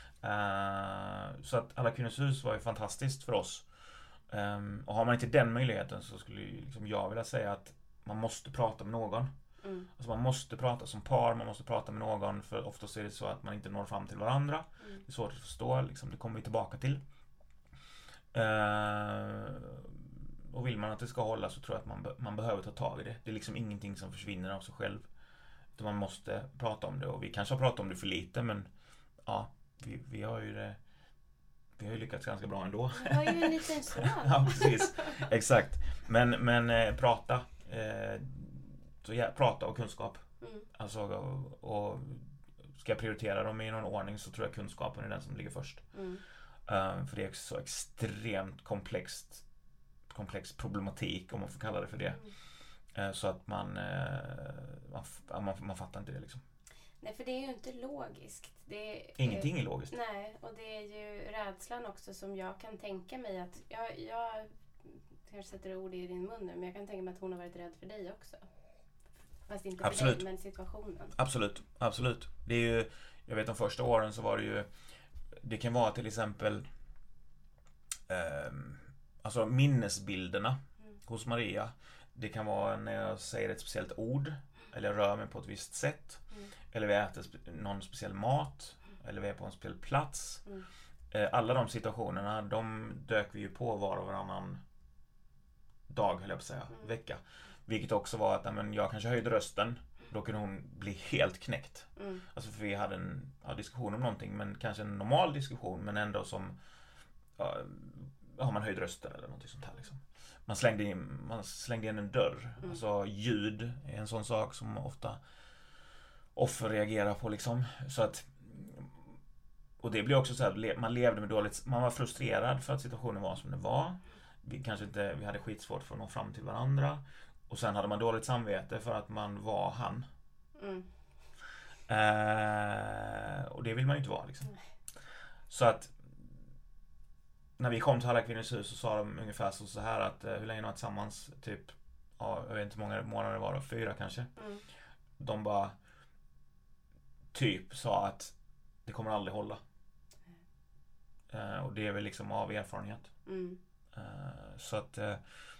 Uh, så att Alla Kvinnors Hus var ju fantastiskt för oss. Um, och har man inte den möjligheten så skulle liksom jag vilja säga att man måste prata med någon. Mm. Alltså man måste prata som par, man måste prata med någon, för oftast är det så att man inte når fram till varandra. Mm. Det är svårt att förstå, liksom, det kommer vi tillbaka till. Uh, och vill man att det ska hålla så tror jag att man, be- man behöver ta tag i det. Det är liksom ingenting som försvinner av sig själv. Utan man måste prata om det, och vi kanske har pratat om det för lite, men ja, vi, vi har ju det. Vi har ju lyckats ganska bra ändå. Vi har ju en liten son. Ja, precis. Exakt. Men, men eh, prata. Eh, så ja, prata och kunskap. Mm. Alltså, och, och ska jag prioritera dem i någon ordning så tror jag kunskapen är den som ligger först. Mm. Uh, för det är så extremt komplext, komplex problematik, om man får kalla det för det. Mm. Uh, så att man, uh, man, man, man fattar inte det liksom. Nej, för det är ju inte logiskt. Det är, Ingenting är logiskt. Nej, och det är ju rädslan också som jag kan tänka mig att... Jag, jag kanske sätter ord i din mun nu, men jag kan tänka mig att hon har varit rädd för dig också. Fast inte för absolut. dig, men situationen. Absolut, absolut. Det är ju, jag vet de första åren så var det ju... Det kan vara till exempel... Eh, alltså minnesbilderna mm. hos Maria. Det kan vara när jag säger ett speciellt ord. Eller jag rör mig på ett visst sätt. Mm. Eller vi äter någon speciell mat. eller vi är på en spelplats. Mm. Alla de situationerna, de dök vi ju på var och varannan dag, höll jag på att säga, Mm. vecka. Vilket också var att men, jag kanske höjde rösten, då kunde hon bli helt knäckt. Mm. Alltså för vi hade en ja, diskussion om någonting, men kanske en normal diskussion, men ändå som ja, har man höjd rösten eller något sånt här liksom. Man slängde in, man slängde in en dörr. Mm. Alltså ljud är en sån sak som ofta offer reagerar på liksom. Så att, och det blir också så här, man levde med dåligt, man var frustrerad för att situationen var som det var. Vi kanske inte, vi hade skitsvårt för att nå fram till varandra. Och sen hade man dåligt samvete för att man var han. Mm. Eh, och det vill man ju inte vara liksom. Så att när vi kom till Alla kvinnors hus så sa de ungefär så, så här att hur länge var tillsammans, typ, ja, jag vet inte hur många månader det var då, fyra kanske. Mm. De bara typ sa att det kommer aldrig hålla. Eh, och det är väl liksom av erfarenhet. Mm. Eh, så att eh,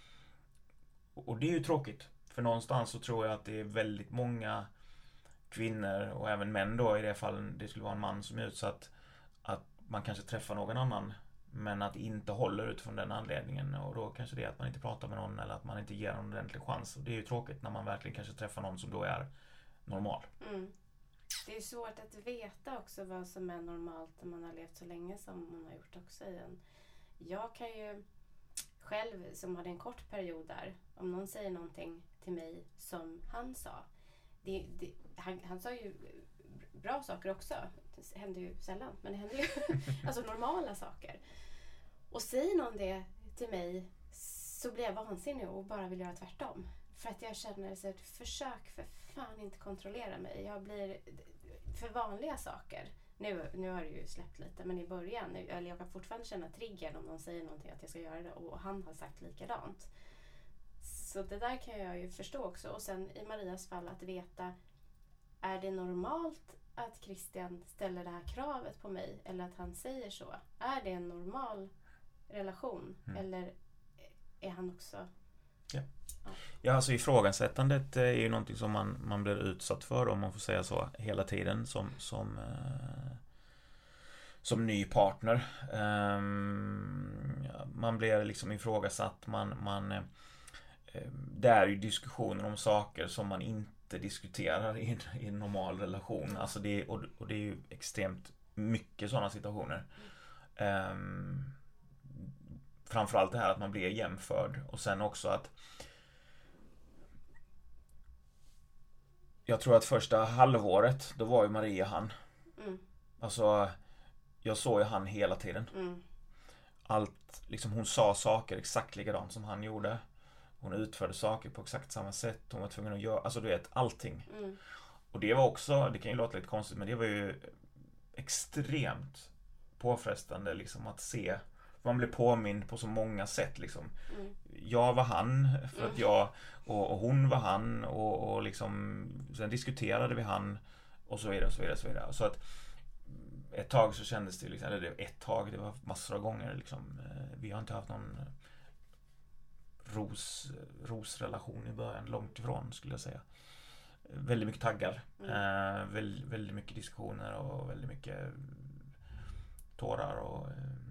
och det är ju tråkigt. För någonstans så tror jag att det är väldigt många kvinnor och även män då i det fallet, det skulle vara en man som är utsatt, att man kanske träffar någon annan men att inte håller utifrån den anledningen, och då kanske det är att man inte pratar med någon eller att man inte ger någon en ordentlig chans, och det är ju tråkigt när man verkligen kanske träffar någon som då är normal. Mm. Det är svårt att veta också vad som är normalt när man har levt så länge som man har gjort också i en. Jag kan ju själv, som hade en kort period där, om någon säger någonting till mig som han sa, det, det, han, han sa ju bra saker också, det händer ju sällan, men det händer ju alltså normala saker. Och säger någon det till mig så blir jag vansinnig och bara vill göra tvärtom. För att jag känner så att försök för fan inte kontrollera mig. Jag blir för vanliga saker. Nu, nu har det ju släppt lite, men i början, eller jag kan fortfarande känna triggern om någon säger någonting att jag ska göra det och han har sagt likadant. Så det där kan jag ju förstå också. Och sen i Marias fall att veta, är det normalt att Christian ställer det här kravet på mig eller att han säger så? Är det en normal relation? Mm. Eller är han också... Ja. Ja. Ja, alltså ifrågasättandet är ju någonting som man, man blir utsatt för, om man får säga så, hela tiden som, som, eh, som ny partner. Um, ja, man blir liksom ifrågasatt. Man, man, eh, det är ju diskussioner om saker som man inte diskuterar i en, i en normal relation. Alltså det, och, och det är ju extremt mycket sådana situationer. Um, framförallt det här att man blir jämförd, och sen också att jag tror att första halvåret, då var ju Maria han. Mm. Alltså, jag såg ju han hela tiden. Mm. Allt, liksom hon sa saker exakt likadant som han gjorde. Hon utförde saker på exakt samma sätt. Hon var tvungen att göra, alltså du vet, allting. Mm. Och det var också, det kan ju låta lite konstigt, men det var ju extremt påfrestande liksom att se. Man blev påmind på så många sätt liksom. Mm. Jag var han för att jag och, och hon var han och, och liksom sen diskuterade vi han och så vidare och så vidare och så vidare. Så att ett tag så kändes det liksom, eller ett tag, det var massor av gånger liksom, vi har inte haft någon ros, rosrelation i början, långt ifrån skulle jag säga. Väldigt mycket taggar, mm. eh, väldigt, väldigt mycket diskussioner och väldigt mycket tårar och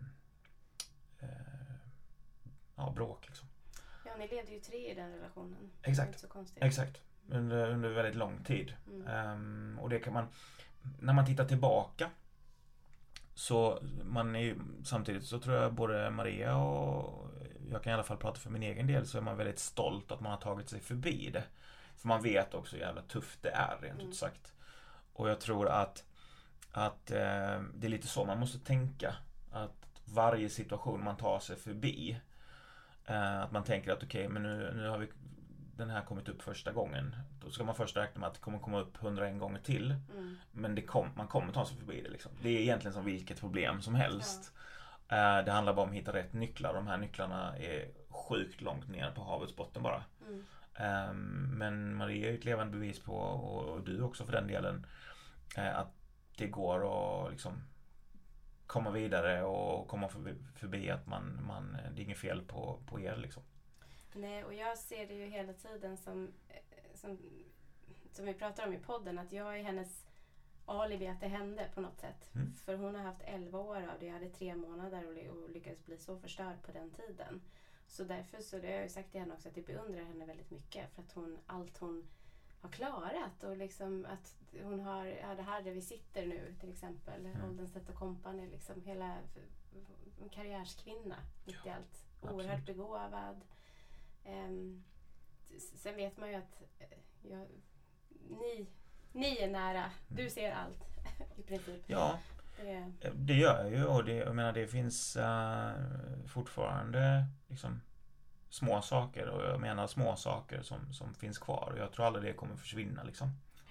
ja, bråk liksom. Ja, ni levde ju tre i den relationen. Exakt, så konstigt. exakt. Under, under väldigt lång tid. Mm. Um, och det kan man, när man tittar tillbaka, så man är ju, samtidigt så tror jag både Maria och jag kan i alla fall prata för min egen del, så är man väldigt stolt att man har tagit sig förbi det. För man vet också hur jävla tufft det är, rent mm. ut sagt. Och jag tror att, att eh, det är lite så man måste tänka. Att varje situation man tar sig förbi, eh, att man tänker att okej, okay, men nu, nu har vi den här kommit upp första gången. Då ska man först räkna med att det kommer komma upp hundraen gånger till. Mm. Men det kom, man kommer ta sig förbi det liksom. Det är egentligen som vilket problem som helst. Ja. Eh, det handlar bara om att hitta rätt nycklar. De här nycklarna är sjukt långt ner på havets botten bara. Mm. Eh, men Maria är ett levande bevis på, och, och du också för den delen, eh, att det går att liksom komma vidare och komma förbi, förbi att man, man, det är inget fel på, på er liksom. Nej, och jag ser det ju hela tiden som, som, som vi pratar om i podden, att jag är hennes alibi att det hände på något sätt. Mm. För hon har haft elva år av det. Jag hade tre månader och, och lyckades bli så förstörd på den tiden. Så därför så det har jag ju sagt till henne också att jag beundrar henne väldigt mycket. För att hon, allt hon har klarat och liksom att hon har, ja det här där vi sitter nu till exempel. Mm. Oldenstedt och Company, liksom hela en karriärskvinna mitt i allt. Oerhört absolut begåvad. Um, sen vet man ju att uh, jag, ni, ni är nära. Du ser allt i princip. Ja, det, det gör jag ju och det, jag menar det finns uh, fortfarande liksom små saker och jag menar små saker som, som finns kvar och jag tror aldrig det kommer försvinna liksom.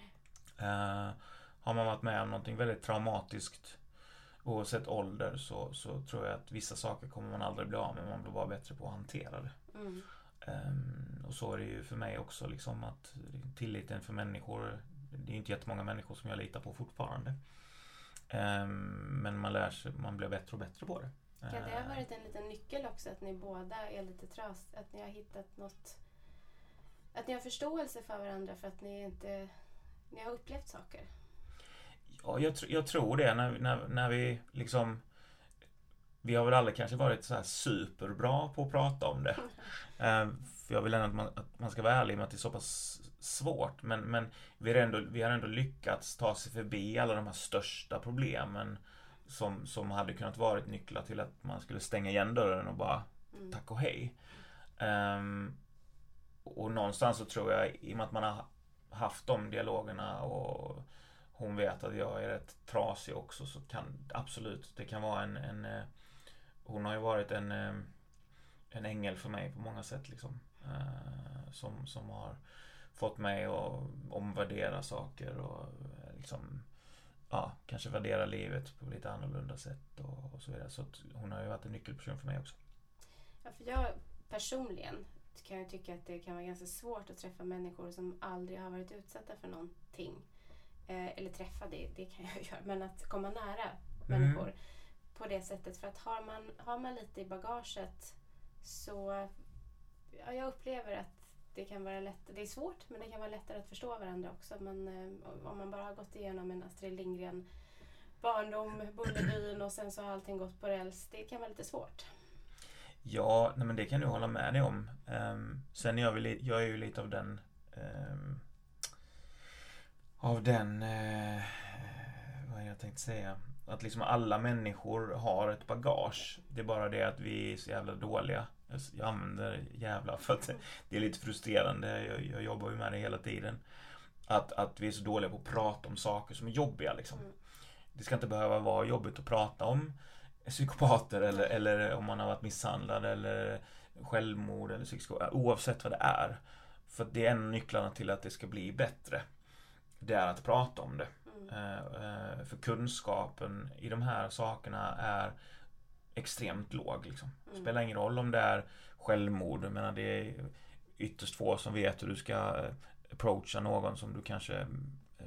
Uh, har man varit med om någonting väldigt traumatiskt oavsett ålder så, så tror jag att vissa saker kommer man aldrig bli av med, man blir bara bättre på att hantera det. mm. Um, och så är det ju för mig också liksom att tilliten för människor, det är inte jättemånga människor som jag litar på fortfarande. Um, men man lär sig, man blir bättre och bättre på det. Kan det ha varit en liten nyckel också att ni båda är lite tras, att ni har hittat något, att ni har förståelse för varandra för att ni inte, ni har upplevt saker? Ja, jag, jag tror det när, när, när vi liksom vi har väl aldrig kanske varit så här superbra på att prata om det. um, för jag vill ändå att man, att man ska vara ärlig med att det är så pass svårt men, men vi, har ändå, vi har ändå lyckats ta sig förbi alla de här största problemen som, som hade kunnat varit nycklar till att man skulle stänga igen dörren och bara mm. tack och hej. Um, och någonstans så tror jag i och med att man har haft de dialogerna och hon vet att jag är rätt trasig också så kan absolut, det kan vara en, en hon har ju varit en en ängel för mig på många sätt liksom. Uh, som, som har fått mig att omvärdera saker och liksom ja, kanske värdera livet på lite annorlunda sätt och, och så vidare. Så att hon har ju varit en nyckelperson för mig också. Ja, för jag personligen kan jag tycka att det kan vara ganska svårt att träffa människor som aldrig har varit utsatta för någonting. Eh, eller träffa det, det kan jag göra. Men att komma nära mm. människor på det sättet. För att har man, har man lite i bagaget så ja, jag upplever att det kan vara lätt, det är svårt men det kan vara lättare att förstå varandra också. Men eh, om man bara har gått igenom en Astrid Lindgren barndom, Bullerbyn och sen så har allting gått på räls, det kan vara lite svårt. Ja, nej men det kan du hålla med dig om. Um, sen är jag, väl, jag är ju lite av den um, av den uh, vad är jag tänkte säga att liksom alla människor har ett bagage. Det är bara det att vi är så jävla dåliga. Jag använder jävla för att det är lite frustrerande. Jag, jag jobbar ju med det hela tiden. Att, att vi är så dåliga på att prata om saker som är jobbiga liksom. Mm. Det ska inte behöva vara jobbigt att prata om psykopater eller, eller om man har varit misshandlad eller självmord eller psykisk, oavsett vad det är. För det är en av nycklarna till att det ska bli bättre. Det är att prata om det. Mm. Uh, för kunskapen i de här sakerna är extremt låg liksom. Det mm. spelar ingen roll om det är självmord. Jag menar, det är ytterst få som vet hur du ska approacha någon som du kanske eh,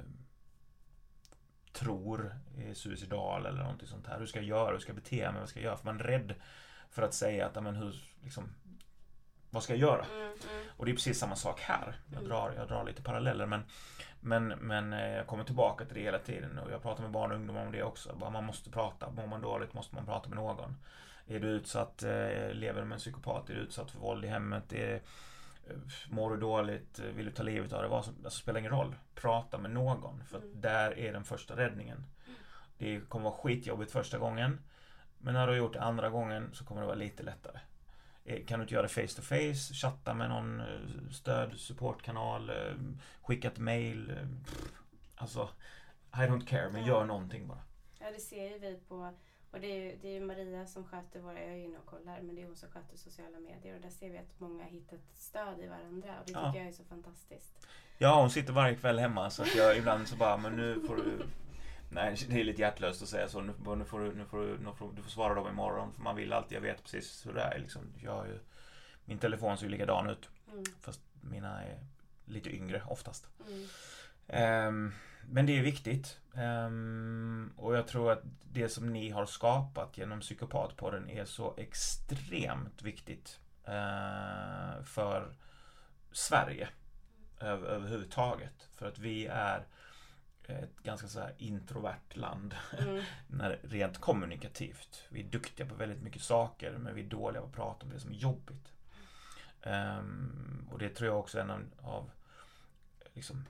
tror är suicidal eller någonting sånt här. Hur ska jag göra? Hur ska jag bete mig? Vad ska jag göra? För man är rädd för att säga att men hur, liksom, vad ska jag göra? Mm, mm. Och det är precis samma sak här. Jag drar, jag drar lite paralleller men, men, men jag kommer tillbaka till det hela tiden och jag pratar med barn och ungdomar om det också. Bara man måste prata. Mår man dåligt måste man prata med någon. Är du utsatt, lever med en psykopat, är du utsatt för våld i hemmet, är, mår du dåligt, vill du ta livet av det, vad som, alltså, spelar ingen roll. Prata med någon, för att där är den första räddningen. Det kommer vara skitjobbigt första gången, men när du har gjort det andra gången så kommer det vara lite lättare. Kan du inte göra det face to face, chatta med någon stöd, supportkanal, skicka ett mail, alltså I don't care, men gör någonting bara. Ja, det ser ju vi på. Och det är ju, det är ju Maria som sköter våra, jag är ju inne och kollar, men det är hon som sköter sociala medier och där ser vi att många har hittat stöd i varandra och det tycker ja. jag är så fantastiskt. Ja, hon sitter varje kväll hemma så att jag ibland så bara, men nu får du, nej det är lite hjärtlöst att säga så, nu, nu, får, du, nu, får, du, nu får du får svara dem imorgon för man vill alltid, jag vet precis hur det är liksom. Jag har ju, min telefon ser ju likadan ut, mm. fast mina är lite yngre oftast. Mm. Um, men det är viktigt um, och jag tror att det som ni har skapat genom Psykopatpodden är så extremt viktigt uh, för Sverige över, överhuvudtaget, för att vi är ett ganska så här introvert land. Mm. När, rent kommunikativt. Vi är duktiga på väldigt mycket saker, men vi är dåliga på att prata om det som är jobbigt. Um, och det tror jag också är en av liksom,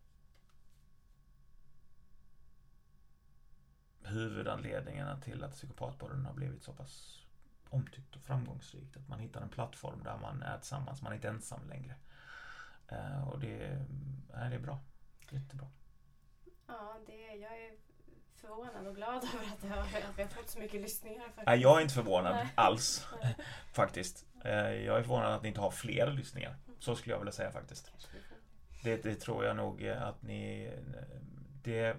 huvudanledningarna till att Psykopatpodden har blivit så pass omtyckt och framgångsrikt. Att man hittar en plattform där man är tillsammans, man är inte ensam längre. Uh, och det, äh, det är bra. Jättebra. Ja, det, jag är förvånad och glad över att, har, att vi har fått så mycket lyssningar. Faktiskt. Nej, jag är inte förvånad Nej. alls. Nej. Faktiskt. Uh, jag är förvånad att ni inte har fler lyssningar. Så skulle jag vilja säga faktiskt. Det, det tror jag nog att ni... Det,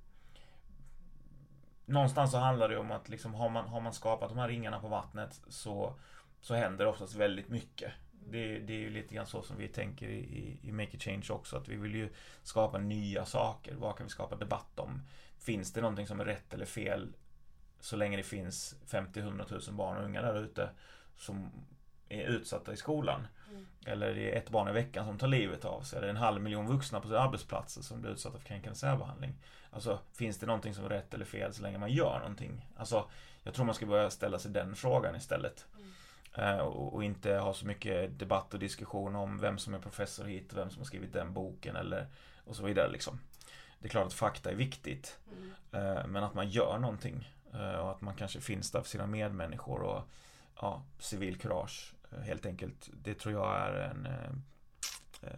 någonstans så handlar det om att liksom, har, man, har man skapat de här ringarna på vattnet så, så händer det oftast väldigt mycket. Det, det är ju lite grann så som vi tänker i, i Make a Change också. Att vi vill ju skapa nya saker. Vad kan vi skapa debatt om? Finns det någonting som är rätt eller fel så länge det finns femtio till hundra tusen barn och unga där ute som är utsatta i skolan? Mm. Eller det är ett barn i veckan som tar livet av sig. Eller en halv miljon vuxna på sina arbetsplatser som blir utsatta för kränkande särbehandling. Alltså, finns det någonting som är rätt eller fel så länge man gör någonting? Alltså, jag tror man ska börja ställa sig den frågan istället. Mm. Uh, och, och inte ha så mycket debatt och diskussion om vem som är professor hit, vem som har skrivit den boken eller och så vidare liksom. Det är klart att fakta är viktigt. Mm. Uh, men att man gör någonting. Uh, och att man kanske finns där för sina medmänniskor och ja, civil kurage. Helt enkelt, det tror jag är en eh, eh,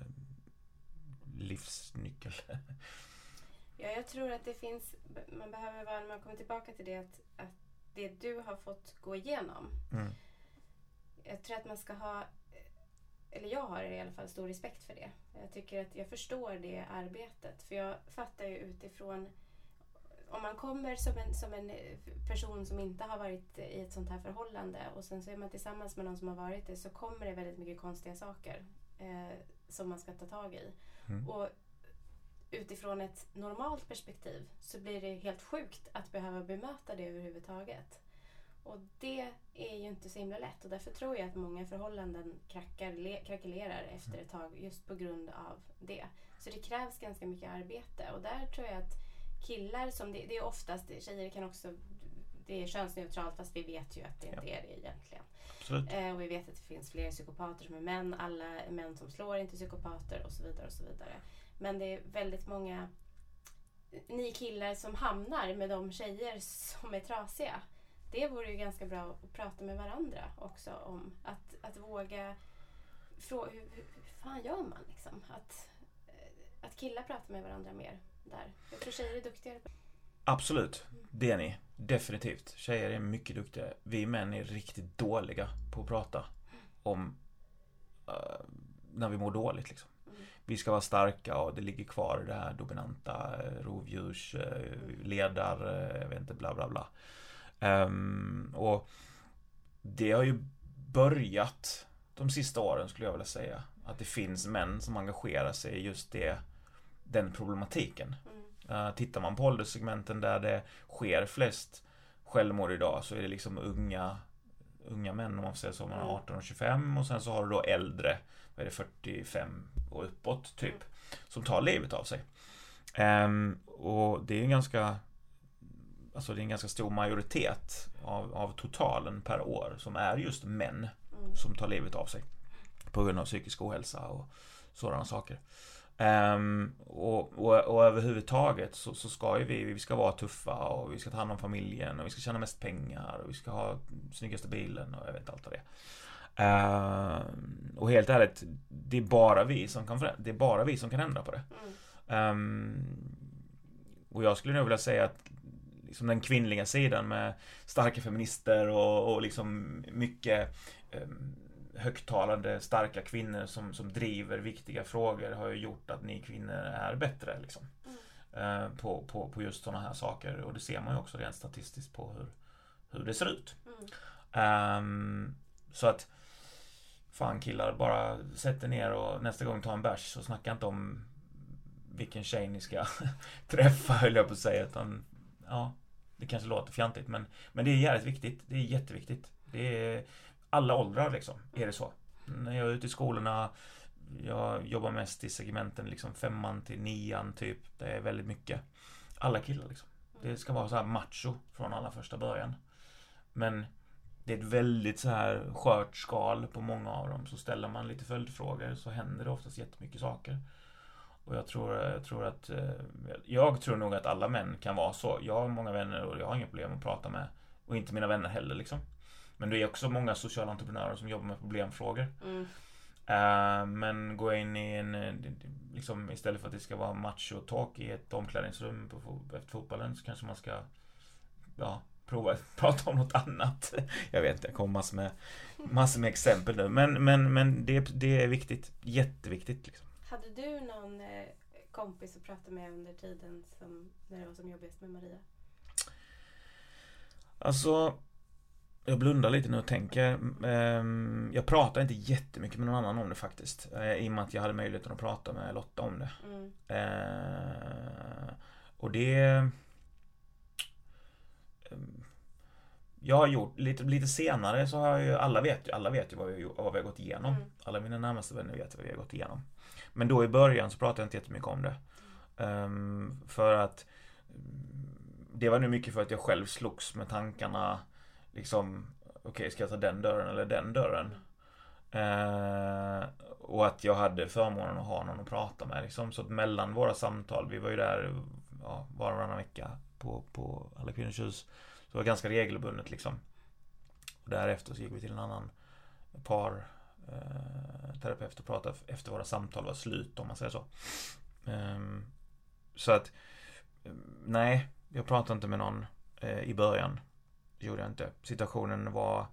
livsnyckel. Ja, jag tror att det finns, man behöver vara, när man kommer tillbaka till det, att, att det du har fått gå igenom. Mm. Jag tror att man ska ha, eller jag har i alla fall stor respekt för det. Jag tycker att jag förstår det arbetet, för jag fattar ju utifrån, om man kommer som en, som en person som inte har varit i ett sånt här förhållande och sen så är man tillsammans med någon som har varit det, så kommer det väldigt mycket konstiga saker eh, som man ska ta tag i. Mm. Och utifrån ett normalt perspektiv så blir det helt sjukt att behöva bemöta det överhuvudtaget. Och det är ju inte så himla lätt, och därför tror jag att många förhållanden krackar, le, krackelerar efter ett tag just på grund av det. Så det krävs ganska mycket arbete, och där tror jag att killar, som det, det är oftast, tjejer kan också, det är könsneutralt fast vi vet ju att det inte ja. är det egentligen. Absolut. Eh, och vi vet att det finns fler psykopater som är män, alla män som slår inte psykopater och så vidare och så vidare. Men det är väldigt många ni killar som hamnar med de tjejer som är trasiga. Det vore ju ganska bra att prata med varandra också om att, att våga fråga hur, hur fan gör man liksom? Att, att killar pratar med varandra mer där. Jag tror tjejer är duktigare på det. Absolut, det är ni. Definitivt. Tjejer är mycket duktiga. Vi män är riktigt dåliga på att prata om uh, när vi mår dåligt liksom. Mm. Vi ska vara starka och det ligger kvar i det här dominanta rovdjurs, uh, ledar, uh, jag vet inte, bla bla bla. Um, och det har ju börjat de sista åren, skulle jag vilja säga, att det finns män som engagerar sig i just det, den problematiken. Mm. Uh, tittar man på ålderssegmenten där det sker flest självmord idag, så är det liksom unga unga män, om man säger så, man är arton och tjugofem, och sen så har du då äldre, vad är det, fyrtiofem och uppåt typ, mm. som tar livet av sig. Um, och det är en ganska Alltså det är en ganska stor majoritet av, av totalen per år som är just män mm. som tar livet av sig på grund av psykisk ohälsa och sådana saker. Um, och, och, och överhuvudtaget så, så ska ju vi, vi ska vara tuffa och vi ska ta hand om familjen och vi ska tjäna mest pengar och vi ska ha snyggaste bilen och jag vet allt av det. Um, och helt ärligt, det är bara vi som kan det är bara vi som kan ändra på det. Mm. Um, och jag skulle nog vilja säga att liksom den kvinnliga sidan med starka feminister och, och liksom mycket um, högtalande, starka kvinnor som, som driver viktiga frågor har ju gjort att ni kvinnor är bättre liksom. Mm. Uh, på, på, på just sådana här saker, och det ser man ju också rent statistiskt på hur, hur det ser ut. Mm. Um, så att fan killar, bara sätt er ner och nästa gång ta en bärs och snacka inte om vilken tjej ni ska träffa, höll jag på att säga, utan ja, det kanske låter fjantigt, men, men det är jävligt viktigt, det är jätteviktigt. Det är alla åldrar liksom, är det så. När jag är ute i skolorna, jag jobbar mest i segmenten liksom femman till nian typ. Det är väldigt mycket alla killar liksom. Det ska vara så här macho från alla första början. Men det är ett väldigt så här skört skal på många av dem. Så ställer man lite följdfrågor så händer det oftast jättemycket saker. Och jag tror, jag tror att jag tror nog att alla män kan vara så. Jag har många vänner och jag har inga problem att prata med. Och inte mina vänner heller liksom. Men det är också många sociala entreprenörer som jobbar med problemfrågor. Mm. Uh, men gå in i en liksom, istället för att det ska vara macho och talk i ett omklädningsrum på, efter fotbollen, så kanske man ska ja, prova att prata om något annat. Jag vet inte, jag kommer massor med, massor med exempel nu. Men, men, men det, det är viktigt, jätteviktigt liksom. Hade du någon eh, kompis att prata med under tiden som, när det var som jobbigast med Maria? Alltså, jag blundar lite nu och tänker. Jag pratar inte jättemycket med någon annan om det faktiskt. I och med att jag hade möjligheten att prata med Lotta om det. Mm. Och det... Jag har gjort, lite, lite senare så har jag ju, alla vet ju, alla vet ju vad vi, vad vi har gått igenom. Mm. Alla mina närmaste vänner vet vad vi har gått igenom. Men då i början så pratade jag inte jättemycket om det. Um, för att det var nu mycket för att jag själv slogs med tankarna liksom, okej, okay, ska jag ta den dörren eller den dörren? Uh, och att jag hade förmånen att ha någon att prata med liksom. Så att mellan våra samtal, vi var ju där ja, var och varannan vecka på, på Alla Kvinnors Hus. Det var ganska regelbundet liksom. Och därefter så gick vi till en annan par eh, terapeut och pratade efter våra samtal var slut, om man säger så. Um, så att nej, jag pratade inte med någon eh, i början. Det gjorde jag inte. Situationen var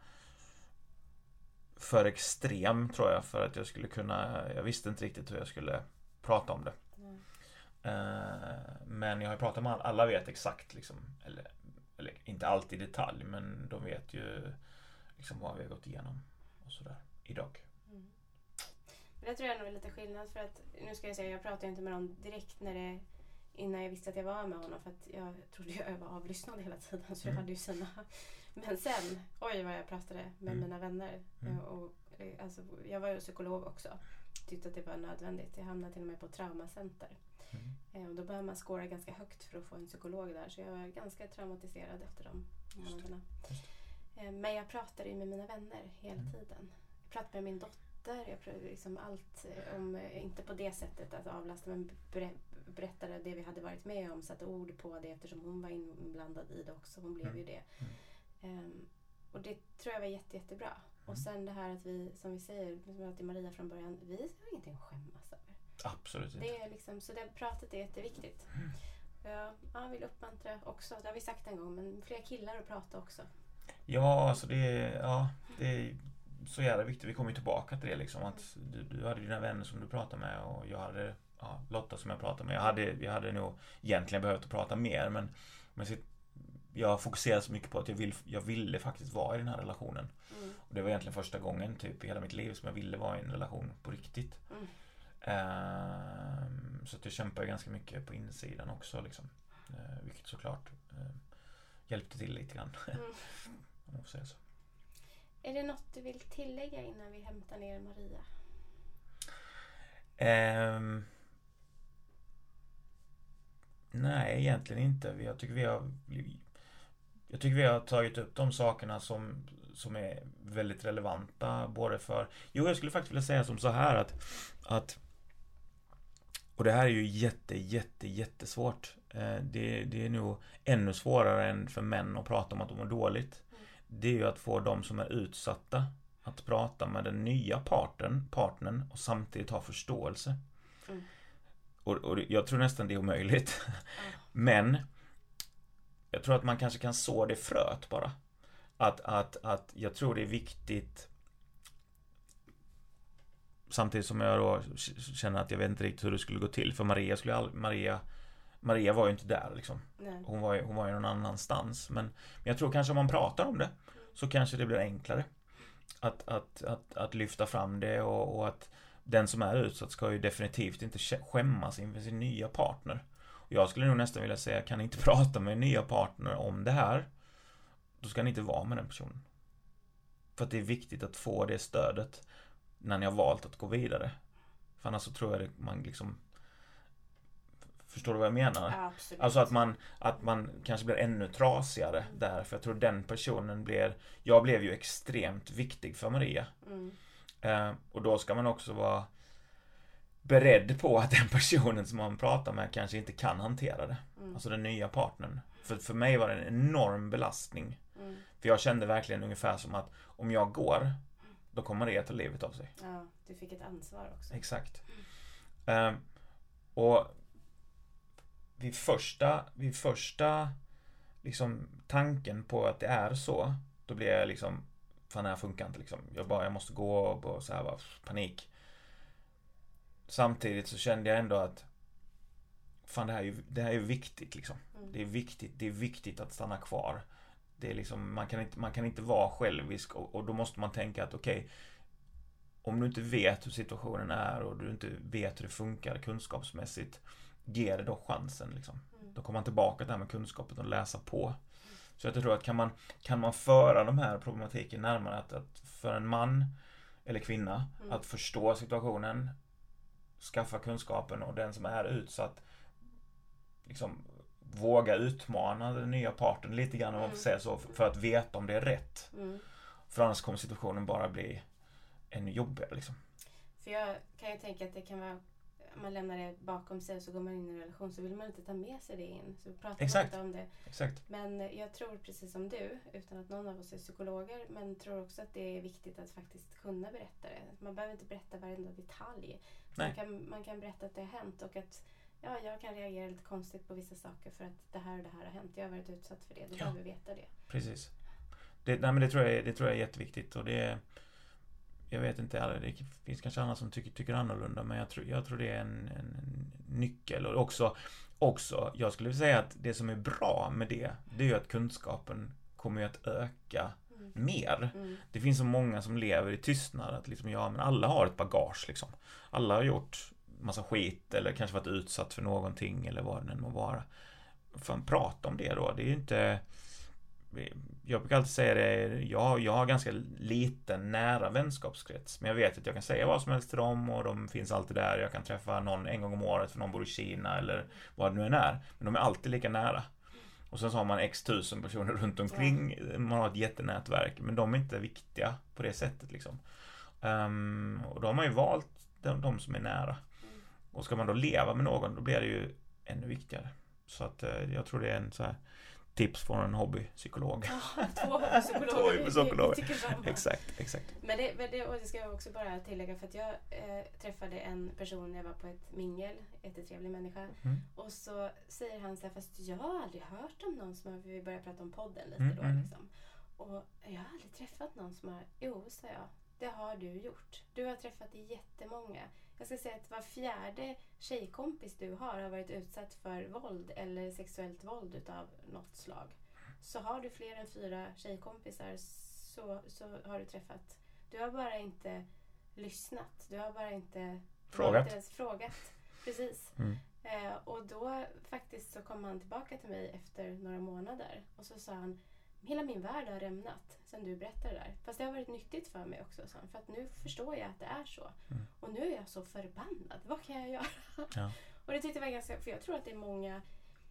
för extrem, tror jag, för att jag skulle kunna, jag visste inte riktigt hur jag skulle prata om det. Mm. Uh, men jag har pratat med alla, alla vet exakt liksom, eller eller inte alltid i detalj, men de vet ju liksom vad vi har gått igenom och sådär idag. Mm. Det tror jag nog är lite skillnad, för att nu ska jag säga, jag pratade inte med någon direkt när det, innan jag visste att jag var med honom, för att jag trodde jag var avlyssnad hela tiden, så jag mm. hade ju sina. Men sen, oj vad jag pratade med mm. mina vänner. Mm. Och, alltså, jag var ju psykolog också, tyckte att det var nödvändigt. Jag hamnade till och med på traumacenter. Mm. Och då behöver man skåra ganska högt för att få en psykolog där. Så jag var ganska traumatiserad efter de månaderna. Men jag pratade ju med mina vänner hela mm. tiden. Jag pratade med min dotter. Jag pratade liksom allt om, inte på det sättet att avlasta, men berättade det vi hade varit med om. Satte ord på det eftersom hon var inblandad i det också. Hon blev mm. ju det. Mm. Um, och det tror jag var jätte, jättebra. Mm. Och sen det här att vi, som vi säger, som jag till Maria från början, vi har ingenting att skämmas över. Absolut inte. Det är liksom, så det pratet är jätteviktigt. Mm. Jag, jag vill uppmuntra också, det har vi sagt en gång, men fler killar att prata också. Ja, alltså det är, ja, det är så jävla viktigt. Vi kommer ju tillbaka till det liksom, att du, du hade dina vänner som du pratade med och jag hade ja, Lotta som jag pratade med. Jag hade, jag hade nog egentligen behövt att prata mer, men, men jag fokuserade så mycket på att jag, vill, jag ville faktiskt vara i den här relationen. Mm. Och det var egentligen första gången typ i hela mitt liv som jag ville vara i en relation på riktigt. Mm. Uh, så att jag kämpade ganska mycket på insidan också liksom. Uh, vilket såklart uh, hjälpte till lite grann. Mm. Om man får säga så. Är det något du vill tillägga innan vi hämtar ner Maria? Um, nej, egentligen inte. Jag tycker vi har jag tycker vi har tagit upp de sakerna som, som är väldigt relevanta både för... Jo, jag skulle faktiskt vilja säga som så här att, att och det här är ju jätte, jätte, jättesvårt. Det, det är nog ännu svårare än för män att prata om att de mår dåligt. Mm. Det är ju att få de som är utsatta att prata med den nya parten, partnern och samtidigt ha förståelse. Mm. Och, och jag tror nästan det är omöjligt. Mm. Men jag tror att man kanske kan så det fröet bara. Att, att, att jag tror det är viktigt, samtidigt som jag då känner att jag vet inte riktigt hur det skulle gå till. För Maria skulle all, Maria, Maria var ju inte där liksom. Hon var ju, hon var ju någon annanstans. Men, men jag tror kanske om man pratar om det så kanske det blir enklare. Att, att, att, att lyfta fram det och, och att den som är utsatt ska ju definitivt inte skämmas inför sin nya partner. Och jag skulle nog nästan vilja säga, kan ni inte prata med en nya partner om det här, då ska ni inte vara med den personen. För att det är viktigt att få det stödet när ni har valt att gå vidare. För annars så tror jag det, man liksom... Förstår du vad jag menar? Ja, absolut. Alltså att man, att man kanske blir ännu trasigare mm. där. För jag tror den personen blir... Jag blev ju extremt viktig för Maria. Mm. Eh, och då ska man också vara beredd på att den personen som man pratar med kanske inte kan hantera det. Mm. Alltså den nya partnern. För, för mig var det en enorm belastning. Mm. För jag kände verkligen ungefär som att om jag går, då kommer det att ta livet av sig. Ja, du fick ett ansvar också. Exakt. Mm. Eh, och vid första, vid första liksom, tanken på att det är så, då blir jag liksom, fan det här funkar inte liksom. Jag bara, jag måste gå och, och så här bara, panik. Samtidigt så kände jag ändå att fan det här är ju, det här är ju viktigt liksom. Mm. Det är viktigt, det är viktigt att stanna kvar. Det är liksom, man kan inte, man kan inte vara självisk och, och då måste man tänka att okej, okay, om du inte vet hur situationen är och du inte vet hur det funkar kunskapsmässigt, ge det då chansen liksom. Mm. Då kommer man tillbaka till det här med kunskapen och läsa på. Mm. Så jag tror att kan man, kan man föra de här problematiken närmare att, att för en man eller kvinna mm. att förstå situationen, skaffa kunskapen och den som är utsatt liksom våga utmana den nya parten lite grann om man får säga så, för att veta om det är rätt. Mm. För annars kommer situationen bara bli ännu jobbigare liksom. För jag kan ju tänka att det kan vara, om man lämnar det bakom sig och så går man in i en relation så vill man inte ta med sig det in. Så pratar Exakt. man inte om det. Exakt. Men jag tror precis som du, utan att någon av oss är psykologer, men tror också att det är viktigt att faktiskt kunna berätta det. Man behöver inte berätta varenda detalj. Man kan, man kan berätta att det har hänt och att ja, jag kan reagera lite konstigt på vissa saker för att det här och det här har hänt. Jag har varit utsatt för det. Du ja. behöver veta det. Precis. Det, nej, men det, tror jag, det tror jag är jätteviktigt. Och det, jag vet inte, det finns kanske andra som tycker, tycker annorlunda. Men jag tror, jag tror det är en, en, en nyckel. Och också, också, jag skulle säga att det som är bra med det, det är ju att kunskapen kommer att öka mm. mer. Mm. Det finns så många som lever i tystnad. Att liksom, ja, men alla har ett bagage. Liksom. Alla har gjort massa skit eller kanske varit utsatt för någonting eller vad det än må vara. Fan, prata om det då. Det är ju inte... Jag brukar alltid säga det, jag, jag har ganska liten nära vänskapskrets, men jag vet att jag kan säga vad som helst till dem och de finns alltid där. Jag kan träffa någon en gång om året för någon bor i Kina eller vad det nu än är. Men de är alltid lika nära. Och sen så har man x tusen personer runt omkring. Man har ett jättenätverk, men de är inte viktiga på det sättet liksom. Um, och då har man ju valt de, de som är nära. Och ska man då leva med någon, då blir det ju ännu viktigare. Så att eh, jag tror det är en så här tips från en hobbypsykolog. Ja, två hobbypsykologer. Exakt, exakt. Men det, men det, och det ska jag också bara tillägga för att jag eh, träffade en person när jag var på ett mingel, jättetrevlig människa. Mm. Och så säger han så här, fast jag har aldrig hört om någon som har, vi börjar prata om podden lite mm, då mm. liksom. Och jag har aldrig träffat någon som har, jo, sa jag, det har du gjort. Du har träffat jättemånga. Jag ska säga att var fjärde tjejkompis du har har varit utsatt för våld eller sexuellt våld utav något slag. Så har du fler än fyra tjejkompisar så, så har du träffat. Du har bara inte lyssnat. Du har bara inte frågat. Inte ens frågat. Precis. Mm. Eh, och då faktiskt så kom han tillbaka till mig efter några månader. Och så sa han, hela min värld har rämnat sen du berättade det där. Fast det har varit nyttigt för mig också. Så, för att nu förstår jag att det är så. Mm. Och nu är jag så förbannad. Vad kan jag göra? Ja. Och det tyckte jag var ganska... För jag tror att det är många...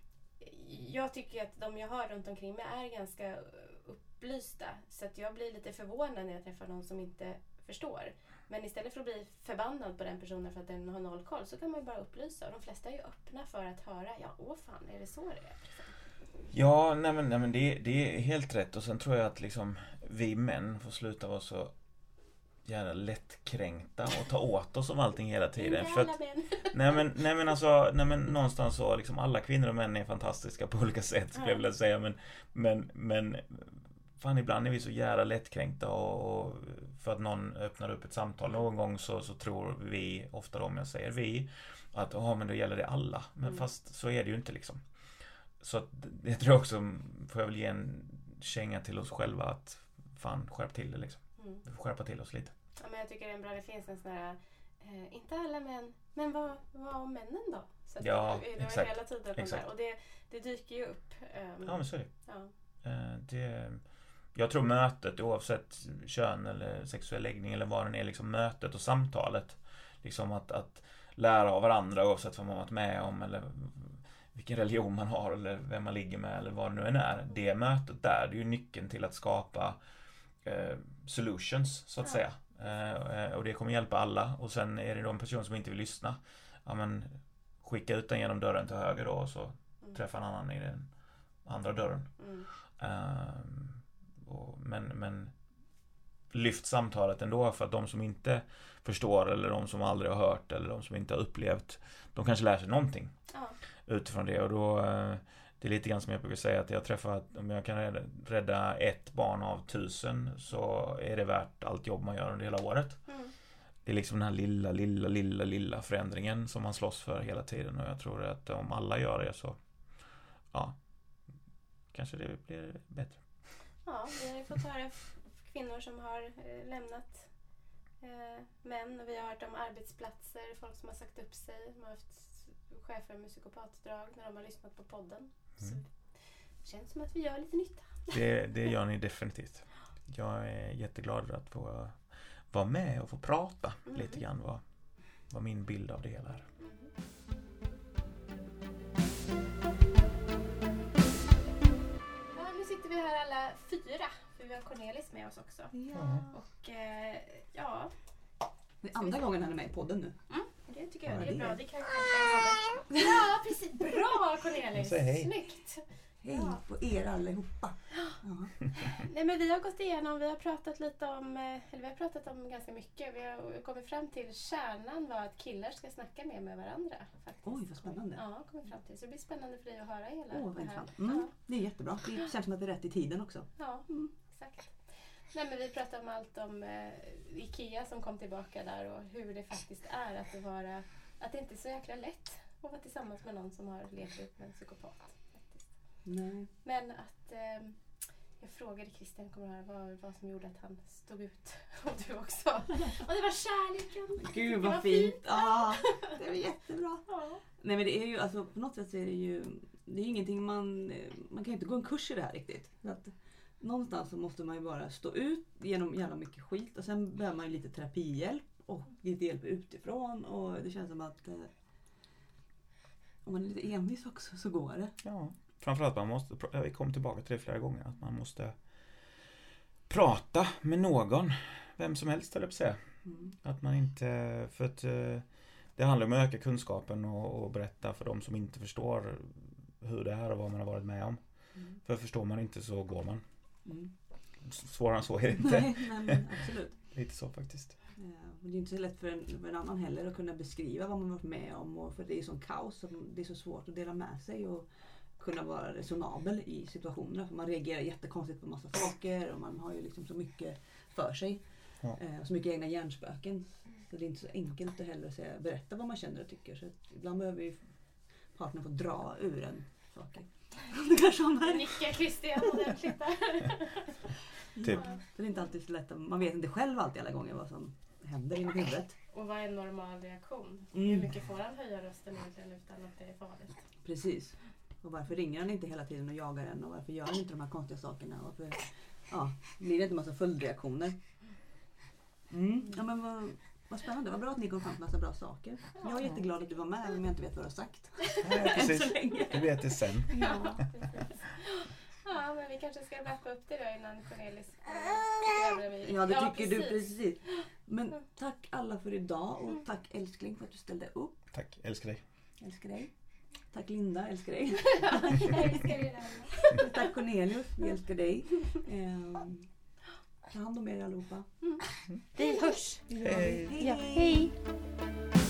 Jag tycker att de jag har runt omkring mig är ganska upplysta. Så att jag blir lite förvånad när jag träffar någon som inte förstår. Men istället för att bli förbannad på den personen för att den har noll koll så kan man ju bara upplysa. Och de flesta är ju öppna för att höra. Ja, åh fan, är det så det är? Ja, nej men, nej men det, det är helt rätt. Och sen tror jag att liksom vi män får sluta vara så jävla lättkränkta och ta åt oss om allting hela tiden. För att, nej, men, nej men alltså, nej men någonstans så liksom alla kvinnor och män är fantastiska på olika sätt skulle jag vilja säga. Men, men, men fan ibland är vi så jävla lättkränkta och, och för att någon öppnar upp ett samtal någon gång så, så tror vi, ofta då om jag säger vi, att ja men då gäller det alla. Men mm. fast så är det ju inte liksom. Så att, jag tror också, får jag väl ge en känga till oss själva att fan, skärp till det liksom. Mm. Vi får skärpa till oss lite. Ja, men jag tycker det är bra, det finns en sån här, eh, inte alla män, men vad, vad om männen då? Så att ja, det, det exakt. Hela tiden exakt. Där. Och det, det dyker ju upp. Um, ja, men så är det. Ja. Uh, det. Jag tror mötet, oavsett kön eller sexuell läggning eller vad den är, liksom mötet och samtalet liksom att, att lära av varandra oavsett vad man varit med om eller vilken religion man har eller vem man ligger med eller vad det nu än är. Det mötet där, det är ju nyckeln till att skapa eh, solutions så att ja. säga. Eh, och det kommer hjälpa alla. Och sen är det de personer som inte vill lyssna. Ja, men skicka ut den genom dörren till höger då och så mm. träffa en annan i den andra dörren. Mm. Eh, och, men, men lyft samtalet ändå, för att de som inte förstår eller de som aldrig har hört eller de som inte har upplevt, de kanske lär sig någonting ja. utifrån det. Och då, det är lite grann som jag brukar säga, att jag träffar, om jag kan rädda, rädda ett barn av tusen så är det värt allt jobb man gör under hela året. Mm. Det är liksom den här lilla, lilla, lilla, lilla förändringen som man slåss för hela tiden, och jag tror att om alla gör det så ja, kanske det blir bättre. Ja, vi har fått höra kvinnor som har eh, lämnat eh, män, och vi har hört om arbetsplatser, folk som har sagt upp sig, som har haft chefer med psykopatdrag när de har lyssnat på podden. Mm. Så det känns som att vi gör lite nytta. Det, det gör ni definitivt. Jag är jätteglad att få vara med och få prata mm. lite grann vad, vad min bild av det hela är. Mm. Ja, nu sitter vi här alla fyra. Vi har Cornelis med oss också. Ja. Och eh, ja. Det är andra gången han är med i podden nu. Mm, det tycker jag. Ja, det är bra. Det kan jag ja, precis. Bra Cornelis. Hej. Snyggt. Hej ja. på er allihopa. Ja. Nej, men vi har gått igenom, vi har pratat lite om, eller vi har pratat om ganska mycket. Vi har kommit fram till kärnan var att killar ska snacka mer med varandra. Faktiskt. Oj, vad spännande. Ja, kommit fram till. Så det blir spännande för dig att höra hela oh, det här. Mm, ja. Det är jättebra. Det känns som att det är rätt i tiden också. Ja, mm. exakt. Nej, men vi pratar om allt om eh, Ikea som kom tillbaka där och hur det faktiskt är att det, vara, att det inte är så jäkla lätt att vara tillsammans med någon som har levt ut med en psykopat. Faktiskt. Nej. Men att eh, jag frågade Christian kommer här, vad, vad som gjorde att han stod ut och du också. Och det var kärleken. Gud vad fint. fint. Ja, det var jättebra. Ja. Nej, men det är ju alltså på något sätt så är det ju det är ingenting man man kan ju inte gå en kurs i det här riktigt. Så att någonstans så måste man ju bara stå ut genom jävla mycket skit och sen behöver man ju lite terapihjälp och lite hjälp utifrån, och det känns som att eh, om man är lite envis också så går det. Ja, framförallt man måste, vi kom tillbaka till det flera gånger, att man måste prata med någon, vem som helst eller på sig. Mm. Att man inte, för att det handlar om att öka kunskapen och, och berätta för de som inte förstår hur det är och vad man har varit med om. Mm. För förstår man inte så går man. Mm. Svårare än så är det inte. Nej, nej, men absolut. Lite så faktiskt. Ja, det är inte så lätt för en, för en annan heller att kunna beskriva vad man varit med om, och för det är sån kaos, och det är så svårt att dela med sig och kunna vara resonabel i situationer. För man reagerar jättekonstigt på massa saker och man har ju liksom så mycket för sig. Ja. Eh, så mycket egna hjärnspöken. Så det är inte så enkelt att heller säga, berätta vad man känner och tycker. Så ibland behöver ju partnern få dra ur en saker. Det kanske har nickar Christian ordentligt där. Typ. Ja. Det är inte alltid så lätt. Man vet inte själv alltid alla gånger vad som händer i huvudet. Och vad är en normal reaktion? Mm. Hur mycket får han höja rösten egentligen utan att det är farligt? Precis. Och varför ringer han inte hela tiden och jagar en? Och varför gör han inte de här konstiga sakerna? Och varför ja, blir det inte massa följdreaktioner? Mm. Ja, men vad, vad spännande. Vad bra att ni kom fram till massa bra saker. Jag är jätteglad att du var med, om jag inte vet vad du har sagt. Ja, precis. Än så länge. Det vet jag sen. Ja, precis. Ja, men vi kanske ska wrappa upp det då innan Cornelis kommer. Ja, det ja, tycker precis. du precis. Men tack alla för idag, och tack älskling för att du ställde upp. Tack, älskar dig. Älskar dig. Tack Linda, älskar dig. Jag älskar dig. Tack Cornelius, vi älskar dig. Um, ta hand om er allihopa. Mm. Vi hörs. Hej. Ja, hej.